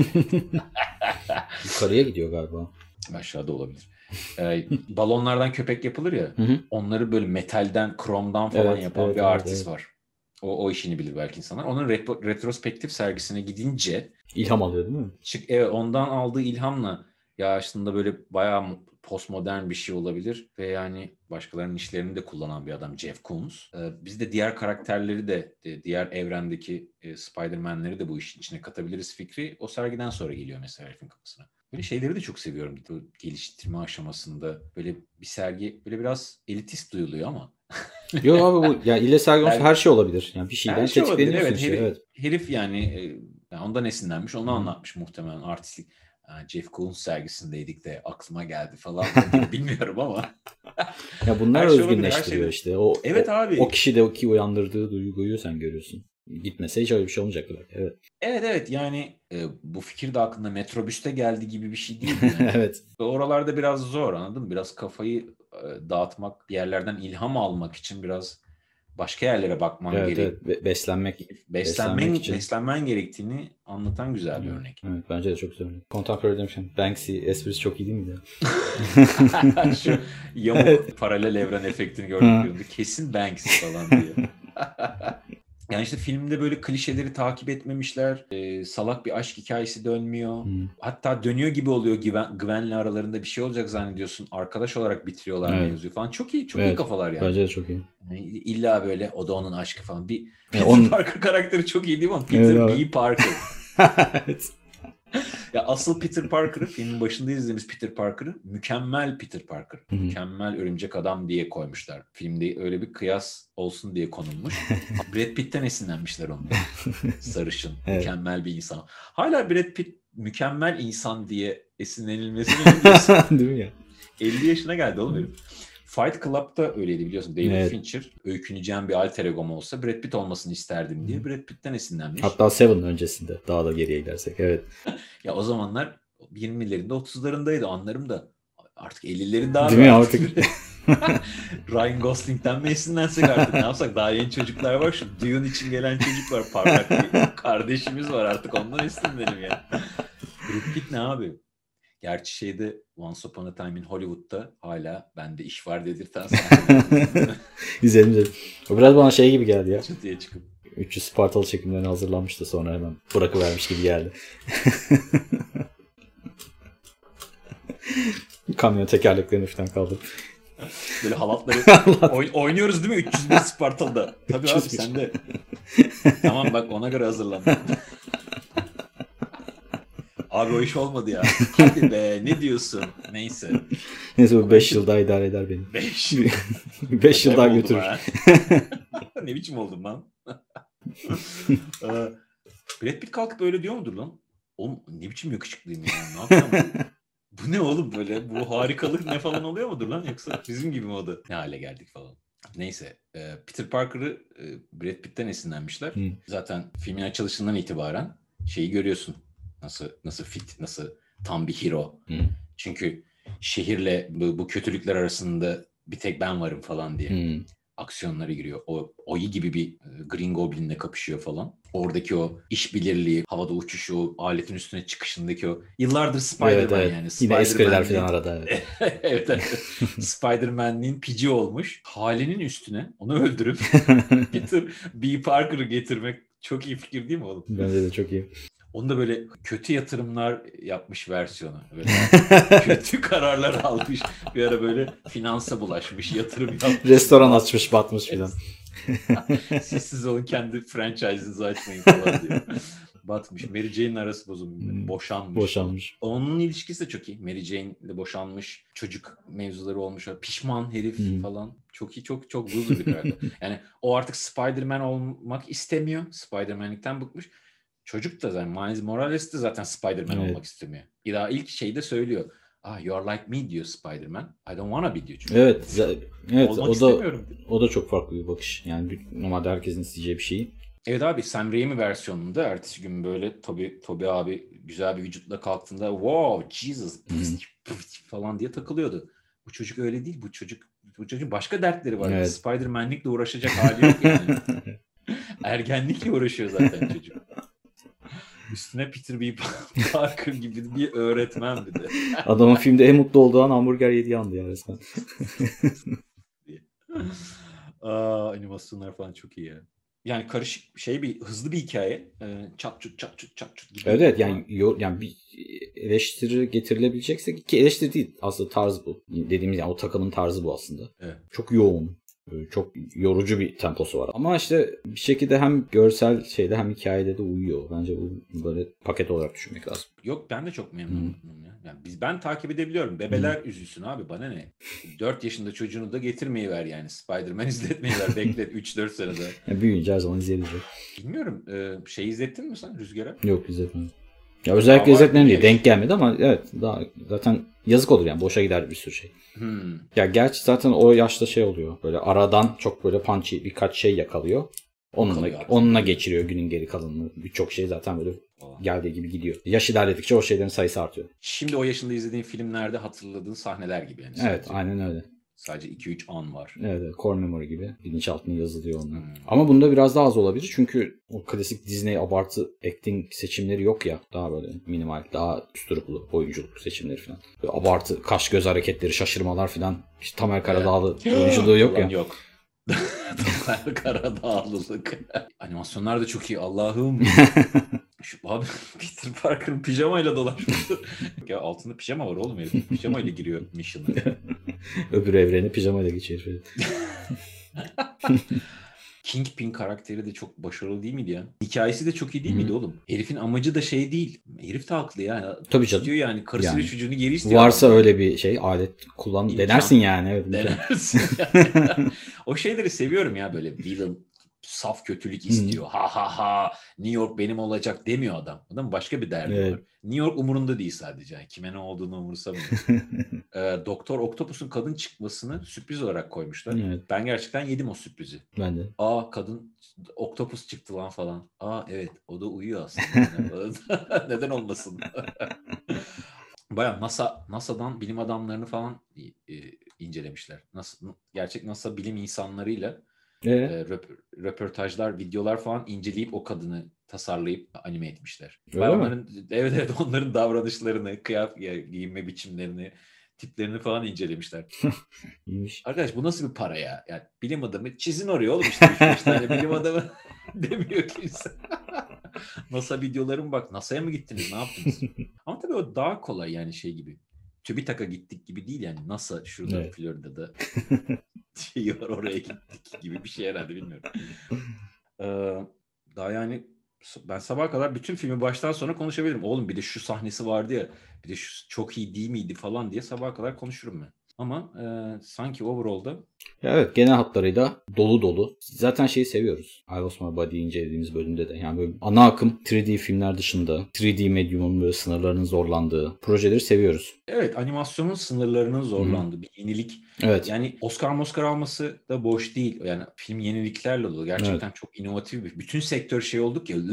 Yukarıya gidiyor galiba. Aşağıda olabilir. Ee, balonlardan köpek yapılır ya. Onları böyle metalden, kromdan falan evet, yapan evet, bir evet, artist evet. var. O, o işini bilir belki insanlar. Onun retro, retrospektif sergisine gidince ilham alıyor değil mi? Çık, evet, ondan aldığı ilhamla ya aslında böyle bayağı postmodern bir şey olabilir ve yani başkalarının işlerini de kullanan bir adam Jeff Koons. Ee, biz de diğer karakterleri de diğer evrendeki e, Spider-Man'leri de bu işin içine katabiliriz fikri o sergiden sonra geliyor mesela herifin kafasına. Böyle şeyleri de çok seviyorum. Bu geliştirme aşamasında böyle bir sergi böyle biraz elitist duyuluyor ama. Yok abi, bu ya ille sergi olsa her şey olabilir. Yani bir şeyden şey tetikleniyorsun evet, işte. Herif, evet. herif yani e, yani ondan esinlenmiş, onu hmm. anlatmış muhtemelen artistlik. Yani Jeff Koons sergisindeydik de aklıma geldi falan bilmiyorum ama. Ya bunlar özgünleştiriyor şey işte. O, evet o, abi. O kişideki uyandırdığı duyguyu sen görüyorsun. Gitmese hiç öyle bir şey olmayacaktı belki. Evet. Evet evet yani e, bu fikir de aklında metrobüste geldi gibi bir şey değil. Yani. evet. Oralarda biraz zor, anladın mı? Biraz kafayı e, dağıtmak, bir yerlerden ilham almak için biraz başka yerlere bakman evet, gerek. Evet, beslenmek. Beslenmen, beslenmek için. beslenmen gerektiğini anlatan güzel bir evet, örnek. Evet, bence de çok güzel. Contemporary demişim. Banksy esprisi çok iyi değil miydi? Şu yamuk evet. Paralel evren efektini gördüklerinde kesin Banksy falan diyor. Yani işte filmde böyle klişeleri takip etmemişler. Ee, salak bir aşk hikayesi dönmüyor. Hmm. Hatta dönüyor gibi oluyor. Gwen, Gwen'le aralarında bir şey olacak zannediyorsun. Arkadaş olarak bitiriyorlar evet. Mevzuyu falan. Çok iyi. Çok evet. iyi kafalar yani. Bence de çok iyi. Yani illa böyle o da onun aşkı falan. Bir Peter on... Parker karakteri çok iyi değil mi? Peter evet, B. Parker. evet. Ya asıl Peter Parker'ı filmin başında izlediğimiz Peter Parker'ı mükemmel Peter Parker. Hı-hı. Mükemmel örümcek adam diye koymuşlar. Filmde öyle bir kıyas olsun diye konulmuş. Brad Pitt'ten esinlenmişler onu. Sarışın, evet. Mükemmel bir insan. Hala Brad Pitt mükemmel insan diye esinlenilmesini biliyorsun. Değil mi ya? elli yaşına geldi oğlum benim. Fight Club'da öyleydi biliyorsun. David evet. Fincher öyküneceğim bir alter egom olsa Brad Pitt olmasını isterdim diye Brad Pitt'ten esinlenmiş. Hatta Seven öncesinde daha da geriye gidersek evet. Ya o zamanlar yirmilerinde otuzlarındaydı anlarım da artık ellilerin daha değil mi artık? Ryan Gosling'den mi esinlensek artık, ne yapsak? Daha yeni çocuklar var. Şu Dune için gelen çocuk var. Parlak bir kardeşimiz var, artık ondan esinlenelim ya. Brad Pitt ne abi? Gerçi şeyde Once Upon a Time in Hollywood'da hala bende iş var dedirten sahneler. İzledim izledim. O biraz bana şey gibi geldi ya. Çıtıya çıkıp. üç yüz Spartalı çekimlerine hazırlanmıştı, sonra hemen bırakıvermiş gibi geldi. Kamyon tekerleklerini falan kaldırıp. Böyle halatları oy- oynuyoruz değil mi? üç yüz bir Spartalı'da. Tabii abi sen de. Tamam bak, ona göre hazırlan. Abi o iş olmadı ya. Hadi be, ne diyorsun? Neyse. Neyse bu beş yıl daha idare eder beni. beş beş yıl daha götürür. Ne biçim oldum lan? Brad Pitt kalkıp öyle diyor mudur lan? Oğlum ne biçim yakışıklıyım ya. Ne yapacağım? Bu ne oğlum böyle? Bu harikalık ne falan oluyor mudur lan? Yoksa bizim gibi mi o da? Ne hale geldik falan. Neyse. Peter Parker'ı Brad Pitt'ten esinlenmişler. Hmm. Zaten filmin açılışından itibaren şeyi görüyorsun. Nasıl nasıl fit, nasıl tam bir hero. Hmm. Çünkü şehirle bu, bu kötülükler arasında bir tek ben varım falan diye. Hmm. Aksiyonlara giriyor. O Oyi gibi bir Green Goblin'le kapışıyor falan. Oradaki o işbirliği, havada uçuşu, o aletin üstüne çıkışındaki o yıllardır Spider-Man evet, evet. yani. Yine espriler falan arada. Evet. evet, evet. Spider-Man'in pici olmuş. Halinin üstüne onu öldürüp Peter B. Parker'ı getirmek çok iyi fikir değil mi oğlum? Bence de çok iyi. Onu da böyle kötü yatırımlar yapmış versiyonu. Böyle kötü kararlar almış. Bir ara böyle finansa bulaşmış, yatırım yapmış. Restoran açmış, batmış filan. Siz siz olun, kendi franchise'ınızı açmayın falan diyor. Batmış. Mary Jane'in arası bozulmuş. Hmm. Boşanmış. Boşanmış. Onun ilişkisi de çok iyi. Mary Jane ile boşanmış. Çocuk mevzuları olmuş. Pişman herif hmm. falan. Çok iyi, çok çok loser bir karakter. Yani o artık Spider-Man olmak istemiyor. Spider-Man'likten bıkmış. Çocuk da zaten, Miles Morales de zaten Spider-Man evet. olmak istemiyor. Daha ilk şeyde söylüyor. Ah, you're like me diyor Spider-Man. I don't wanna be diyor. Çünkü evet. Evet. O da o da çok farklı bir bakış. Yani normalde herkesin isteyeceği bir şey. Evet abi, Sam Raimi versiyonunda ertesi gün böyle tabii Tobey abi güzel bir vücutla kalktığında wow Jesus falan diye takılıyordu. Bu çocuk öyle değil. Bu çocuk bu çocuğun başka dertleri var. Evet. Spider-Man'likle uğraşacak hali yok yani. Ergenlikle uğraşıyor zaten çocuk. Üstüne Peter B. Parker gibi bir öğretmen bir de. Adamın filmde en mutlu olduğu an hamburger yediği andı ya resmen. Aa, animasyonlar falan çok iyi ya. Yani karışık şey, bir hızlı bir hikaye. Çat çut çat çut çat çut gibi. Evet yani yo, yani bir eleştiri getirilebilecekse, ki eleştiri değil aslında, tarz bu. Dediğimiz yani o takımın tarzı bu aslında. Evet. Çok yoğun. Çok yorucu bir temposu var. Ama işte bir şekilde hem görsel şeyde hem hikayede de uyuyor. Bence bu böyle paket olarak düşünmek lazım. Yok, ben de çok memnunum hmm. ya. Yani biz ben takip edebiliyorum. Bebeler hmm. üzülsün abi, bana ne? dört yaşında çocuğunu da getirmeyi ver yani. Spider-Man izletmeyi ver. Beklet üç dört senede. Yani büyüyünce her zaman izleyecek. Bilmiyorum. E, şey izlettin mi sen Rüzgar'a? Yok, izletmedim. Ya özellikle izletmedim diye denk gelmedi ama evet, daha zaten yazık olur yani, boşa gider bir sürü şey. Hmm. Ya gerçi zaten o yaşta şey oluyor, böyle aradan çok böyle punchy birkaç şey yakalıyor. Onunla, onunla geçiriyor günün geri kalanını. Birçok şey zaten böyle oh. geldiği gibi gidiyor. Yaş ilerledikçe o şeylerin sayısı artıyor. Şimdi o yaşında izlediğin filmlerde hatırladığın sahneler gibi yani. Evet, aynen öyle. Sadece iki üç an var. Evet, core memory gibi. Bilinçaltına yazılıyor onlar. Hmm. Ama bunda biraz daha az olabilir çünkü o klasik Disney abartı acting seçimleri yok ya. Daha böyle minimal, daha üstüruplu oyunculuk seçimleri falan. Böyle abartı kaş göz hareketleri, şaşırmalar falan. İşte Tamer Karadağlı evet. oyunculuğu yok ya. Yok. Tamer Karadağlılık. Animasyonlar da çok iyi. Allah'ım. Şu abi Peter Parker'ın pijamayla dolaşması. Ya altında pijama var oğlum herif. Pijamayla giriyor mission'a. Öbür evrene pijamayla geçiyor. Kingpin karakteri de çok başarılı değil miydi ya? Hikayesi de çok iyi değil miydi oğlum? Herifin amacı da şey değil. Herif de haklı ya. Tabii canım. İstiyor yani. Karısıyla yani, çocuğunu geri istiyor. Varsa adam. Öyle bir şey, alet kullan. İmkan. Denersin yani. Evet, denersin yani. O şeyleri seviyorum ya, böyle villain saf kötülük istiyor. Ha ha ha. New York benim olacak demiyor adam. Adam başka bir derdi evet. var. New York umurunda değil sadece. Yani kime ne olduğunu umursamıyor. ee, Doktor Octopus'un kadın çıkmasını sürpriz olarak koymuşlar. Evet. Ben gerçekten yedim o sürprizi. Ben de. Aa, kadın Octopus çıktı lan falan. Aa evet, o da uyuyor aslında. Neden olmasın? Bayağı NASA NASA'dan bilim adamlarını falan e, incelemişler. Nasıl gerçek NASA bilim insanlarıyla Ee? e, röportajlar, videolar falan inceleyip o kadını tasarlayıp anime etmişler. Öyle mi? Onların evet evet onların davranışlarını, kıyafet giyinme biçimlerini, tiplerini falan incelemişler. İyiymiş. Arkadaş bu nasıl bir para ya? Yani bilim adamı çizin oraya oğlum işte üç beş tane bilim adamı demiyor kimse. NASA videolarım bak NASA'ya mı gittiniz ne yaptınız? Ama tabii o daha kolay yani şey gibi. TÜBİTAK'a gittik gibi değil yani NASA şurada Evet. Florida'da şey var oraya gittik gibi bir şey herhalde bilmiyorum. Ee, daha yani ben sabaha kadar bütün filmi baştan sona konuşabilirim. Oğlum bir de şu sahnesi vardı ya bir de şu çok iyi değil miydi falan diye sabaha kadar konuşurum ben. Ama e, sanki overall'da ya evet genel hatlarıyla dolu dolu. Zaten şeyi seviyoruz. I Was My Body'yi incelediğimiz bölümde de. Yani böyle ana akım üç D filmler dışında üç D medyumun böyle sınırlarının zorlandığı projeleri seviyoruz. evet animasyonun sınırlarının zorlandığı bir yenilik. Evet. Yani Oscar Oscar alması da boş değil. Yani film yeniliklerle dolu. Gerçekten evet. Çok inovatif bir. Bütün sektör şey olduk ya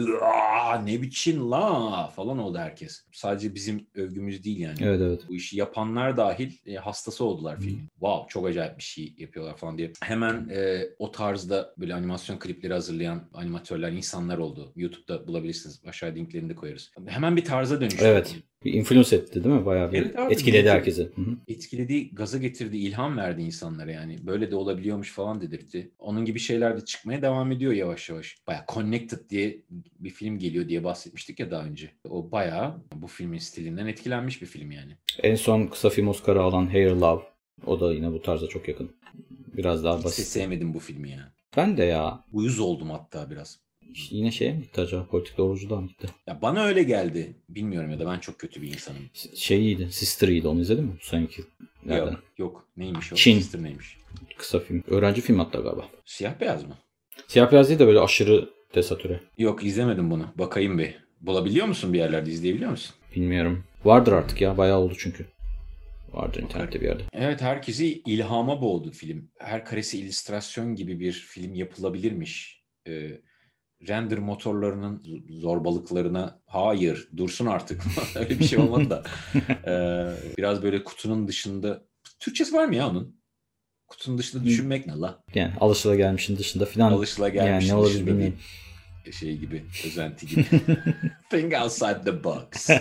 ne biçim la falan oldu herkes. Sadece bizim övgümüz değil yani. Evet evet. Bu işi yapanlar dahil e, hastası oldular filmin. Wow çok acayip bir şey yapıyorlar falan diye. Hemen e, o tarzda böyle animasyon klipleri hazırlayan animatörler, insanlar oldu. YouTube'da bulabilirsiniz. Aşağı linklerini de koyarız. Hemen bir tarza dönüştü. Evet. Bir influence etti değil mi? Bayağı bir evet abi, etkiledi herkesi. Hı-hı. Etkiledi, gaza getirdi, ilham verdi insanlara yani. Böyle de olabiliyormuş falan dedirtti. Onun gibi şeyler de çıkmaya devam ediyor yavaş yavaş. Bayağı Connected diye bir film geliyor diye bahsetmiştik ya daha önce. O bayağı bu filmin stilinden etkilenmiş bir film yani. En son kısa film Oscar'ı alan Hair Love. O da yine bu tarza çok yakın. Biraz daha Hiç basit. Hiç sevmedim bu filmi ya. Ben de ya. Uyuz oldum hatta biraz. Yine şeye mi gitti acaba? Politik doğruculuğa mı gitti? Ya bana öyle geldi. Bilmiyorum ya da ben çok kötü bir insanım. Şey iyiydi. Sister iyiydi. Onu izledin mi? Sanki. Nereden? Yok. Yok. Neymiş o? Çin. Sister neymiş? Kısa film. Öğrenci film hatta galiba. Siyah beyaz mı? Siyah beyaz değil de böyle aşırı desatüre. Yok izlemedim bunu. Bakayım bir. Bulabiliyor musun bir yerlerde? İzleyebiliyor musun? Bilmiyorum. Vardır artık ya. Bayağı oldu çünkü. Vardır internette bir yerde. Evet herkesi ilhama boğdu film. Her karesi illüstrasyon gibi bir film yapılabilirmiş. Ee, render motorlarının zorbalıklarına hayır dursun artık. Öyle bir şey olmadı da. Ee, biraz böyle kutunun dışında. Türkçesi var mı ya onun? Kutunun dışında düşünmek ne la? Yani alışılagelmişin dışında filan. Alışılagelmişin yani dışında bir şey gibi, özenti gibi. Think outside the box.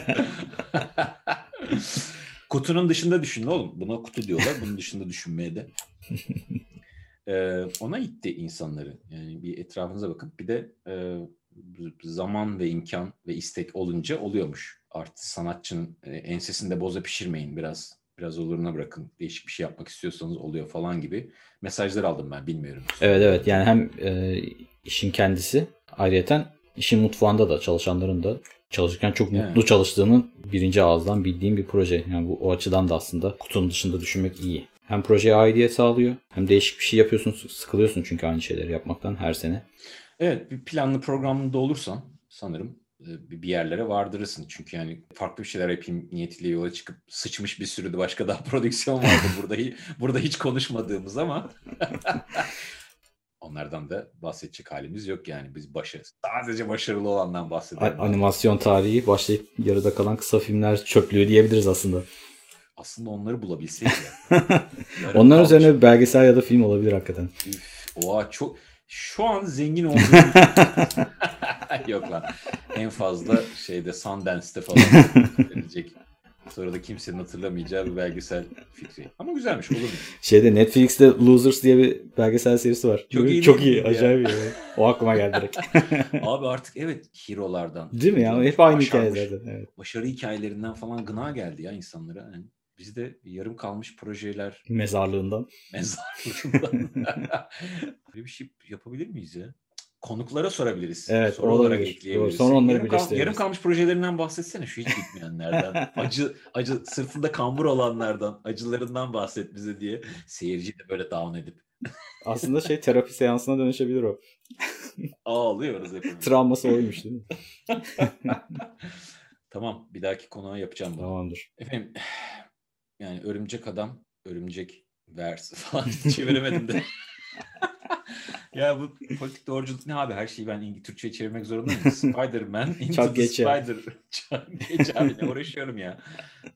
Kutunun dışında düşün oğlum. Buna kutu diyorlar. Bunun dışında düşünmeye de. Ee, ona itti insanları. Yani bir etrafınıza bakın. Bir de e, zaman ve imkan ve istek olunca oluyormuş. Artık sanatçının e, ensesinde boza pişirmeyin biraz. Biraz oluruna bırakın. Değişik bir şey yapmak istiyorsanız oluyor falan gibi mesajlar aldım ben. Bilmiyorum. Evet evet. Yani hem e, işin kendisi ayrıyeten işin mutfağında da çalışanların da çalışırken çok mutlu evet. çalıştığını birinci ağızdan bildiğim bir proje. Yani bu o açıdan da aslında kutunun dışında düşünmek iyi. Hem projeye aidiyet sağlıyor hem değişik bir şey yapıyorsun, sıkılıyorsun çünkü aynı şeyleri yapmaktan her sene. Evet, bir planlı programlı da olursan sanırım bir yerlere vardırırsın. Çünkü yani farklı bir şeyler yapayım niyetiyle yola çıkıp sıçmış bir sürü de başka daha prodüksiyon vardı burada burada hiç konuşmadığımız ama onlardan da bahsedecek halimiz yok yani. Biz başarılı, sadece başarılı olandan bahsedelim. Animasyon tarihi başlayıp yarıda kalan kısa filmler çöplüğü diyebiliriz aslında. Aslında onları bulabilseydik ya. Onlar kalmış. Üzerine bir belgesel ya da film olabilir hakikaten. Üf, oha çok şu an zengin olduğum yok lan. En fazla şeyde Sundance'te falan verilecek. Sonra da kimsenin hatırlamayacağı bir belgesel fikri. Ama güzelmiş olur mu? Şeyde Netflix'te Losers diye bir belgesel serisi var. Çok iyi. Çok iyi. Acayip iyi. O aklıma geldi direkt. Abi artık evet hero'lardan. Değil mi ya? Hep aynı hikaye zaten. Evet. Başarı hikayelerinden falan gına geldi ya insanlara. Yani bizde yarım kalmış projeler. Mezarlığından. Mezarlığından. Böyle bir şey yapabilir miyiz ya? Konuklara sorabiliriz. Evet, soru olarak ekleyebiliriz. Sonra onları yarım, kal- yarım kalmış projelerinden bahsetsene şu hiç bitmeyenlerden. acı acı sırtında kambur olanlardan, acılarından bahset bize diye seyirciyi de böyle down edip. Aslında şey terapi seansına dönüşebilir o. Ağlıyoruz hepimiz. Travması oymuş değil mi? Tamam, bir dahaki konuğa yapacağım bunu. Tamamdır. Efendim yani örümcek adam, örümcek vers falan çeviremedim de. Ya bu politik doğruculuk ne abi? Her şeyi ben İngiliz Türkçe'ye çevirmek zorunda mıyım? Spider-Man into Çok the geç Spider. Çok geç abi ne uğraşıyorum ya.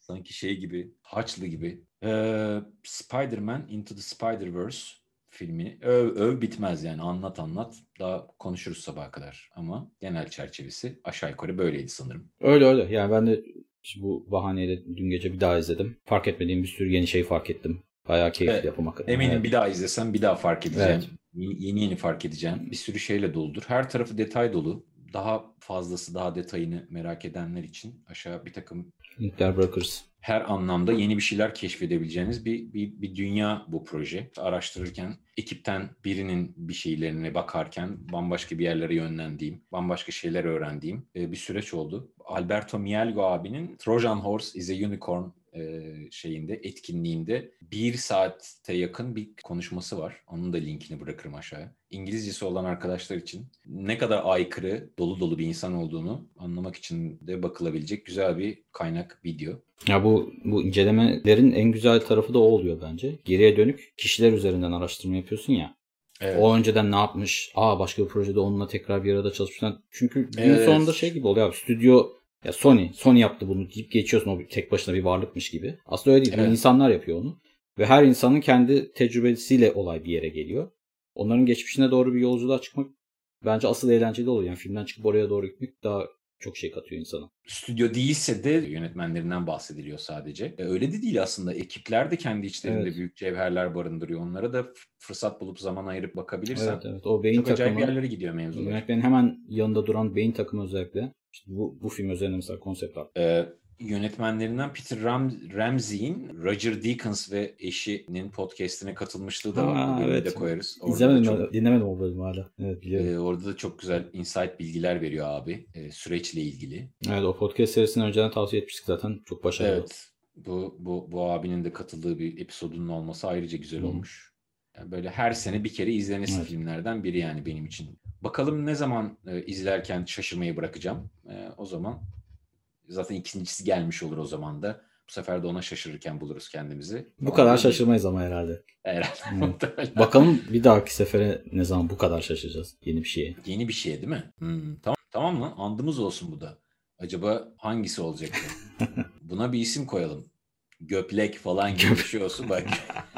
Sanki şey gibi, Haçlı gibi. Ee, Spider-Man Into the Spider-Verse filmi. Öv, öv bitmez yani. Anlat anlat. Daha konuşuruz sabaha kadar. Ama genel çerçevesi aşağı yukarı böyleydi sanırım. Öyle öyle. Yani ben de bu bahaneyle dün gece bir daha izledim. Fark etmediğim bir sürü yeni şey fark ettim. Bayağı keyifli Evet, yapım hakikaten. eminim Evet. bir daha izlesem bir daha fark edeceğim. Evet. Yeni yeni, yeni fark edeceğim. Bir sürü şeyle doludur. Her tarafı detay dolu. Daha fazlası, daha detayını merak edenler için aşağı bir takım Linkler bırakırız. her anlamda yeni bir şeyler keşfedebileceğiniz bir, bir, bir dünya bu proje. Araştırırken ekipten birinin bir şeylerine bakarken bambaşka bir yerlere yönlendiğim, bambaşka şeyler öğrendiğim e, bir süreç oldu. Alberto Mielgo abinin Trojan Horse is a Unicorn e, şeyinde, etkinliğinde bir saate yakın bir konuşması var. Onun da linkini bırakırım aşağıya. İngilizcesi olan arkadaşlar için ne kadar aykırı, dolu dolu bir insan olduğunu anlamak için de bakılabilecek güzel bir kaynak video. Ya bu bu incelemelerin en güzel tarafı da o oluyor bence. Geriye dönük kişiler üzerinden araştırma yapıyorsun ya. Evet. O önceden ne yapmış? Aa başka bir projede onunla tekrar bir arada çalışmışlar. Çünkü günün evet. sonunda şey gibi oluyor abi. Stüdyo ya Sony, Sony yaptı bunu deyip geçiyorsun, o tek başına bir varlıkmış gibi. Aslında öyle değil. Evet. İnsanlar yapıyor onu. Ve her insanın kendi tecrübesiyle olay bir yere geliyor. Onların geçmişine doğru bir yolculuğa çıkmak bence asıl eğlenceli oluyor. Yani filmden çıkıp oraya doğru gitmek daha çok şey katıyor insana. Stüdyo değilse de yönetmenlerinden bahsediliyor sadece. E, öyle de değil aslında. Ekipler de kendi içlerinde evet. büyük cevherler barındırıyor. Onlara da fırsat bulup zaman ayırıp bakabilirsen evet, evet. O beyin çok takımı, acayip yerlere gidiyor mevzular. Yönetmenin hemen yanında duran beyin takımı özellikle. İşte bu, bu film üzerine mesela konsept var. Ee, yönetmenlerinden Peter Ram- Ramsey'in Roger Deakins ve eşinin podcast'ine katılmışlığı da var. Ha, bu bölümü evet. de koyarız. Orada İzlemedim, çok, dinlemedim o bölümü hala. Evet, biliyorum. E, orada da çok güzel insight bilgiler veriyor abi. E, süreçle ilgili. Evet, o podcast serisini önceden tavsiye etmiştik zaten. Çok başarılı. Evet. Bu, bu, bu abinin de katıldığı bir episodunun olması ayrıca güzel Hı. olmuş. Yani böyle her sene bir kere izlenesi evet. filmlerden biri yani benim için. Bakalım ne zaman e, izlerken şaşırmayı bırakacağım. E, o zaman zaten ikincisi gelmiş olur o zaman da. Bu sefer de ona şaşırırken buluruz kendimizi. Bu o kadar şaşırmayız ama herhalde. Herhalde. Evet. Bakalım bir dahaki sefere ne zaman bu kadar şaşıracağız yeni bir şeye. Yeni bir şeye değil mi? Hmm, tamam, tamam mı? Andımız olsun bu da. Acaba hangisi olacak? Buna bir isim koyalım. Göplek falan gibi bir şey olsun bak.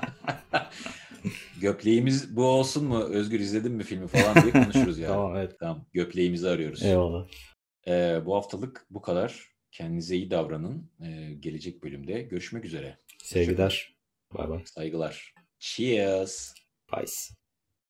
Göpleğimiz bu olsun mu? Özgür izledin mi filmi falan diye konuşuruz ya. Tamam evet. Tamam. Göpleğimizi arıyoruz. Eyvallah. Ee, bu haftalık bu kadar. Kendinize iyi davranın. Ee, gelecek bölümde görüşmek üzere. Sevgiler. Bay bay. Saygılar. Cheers. Bye.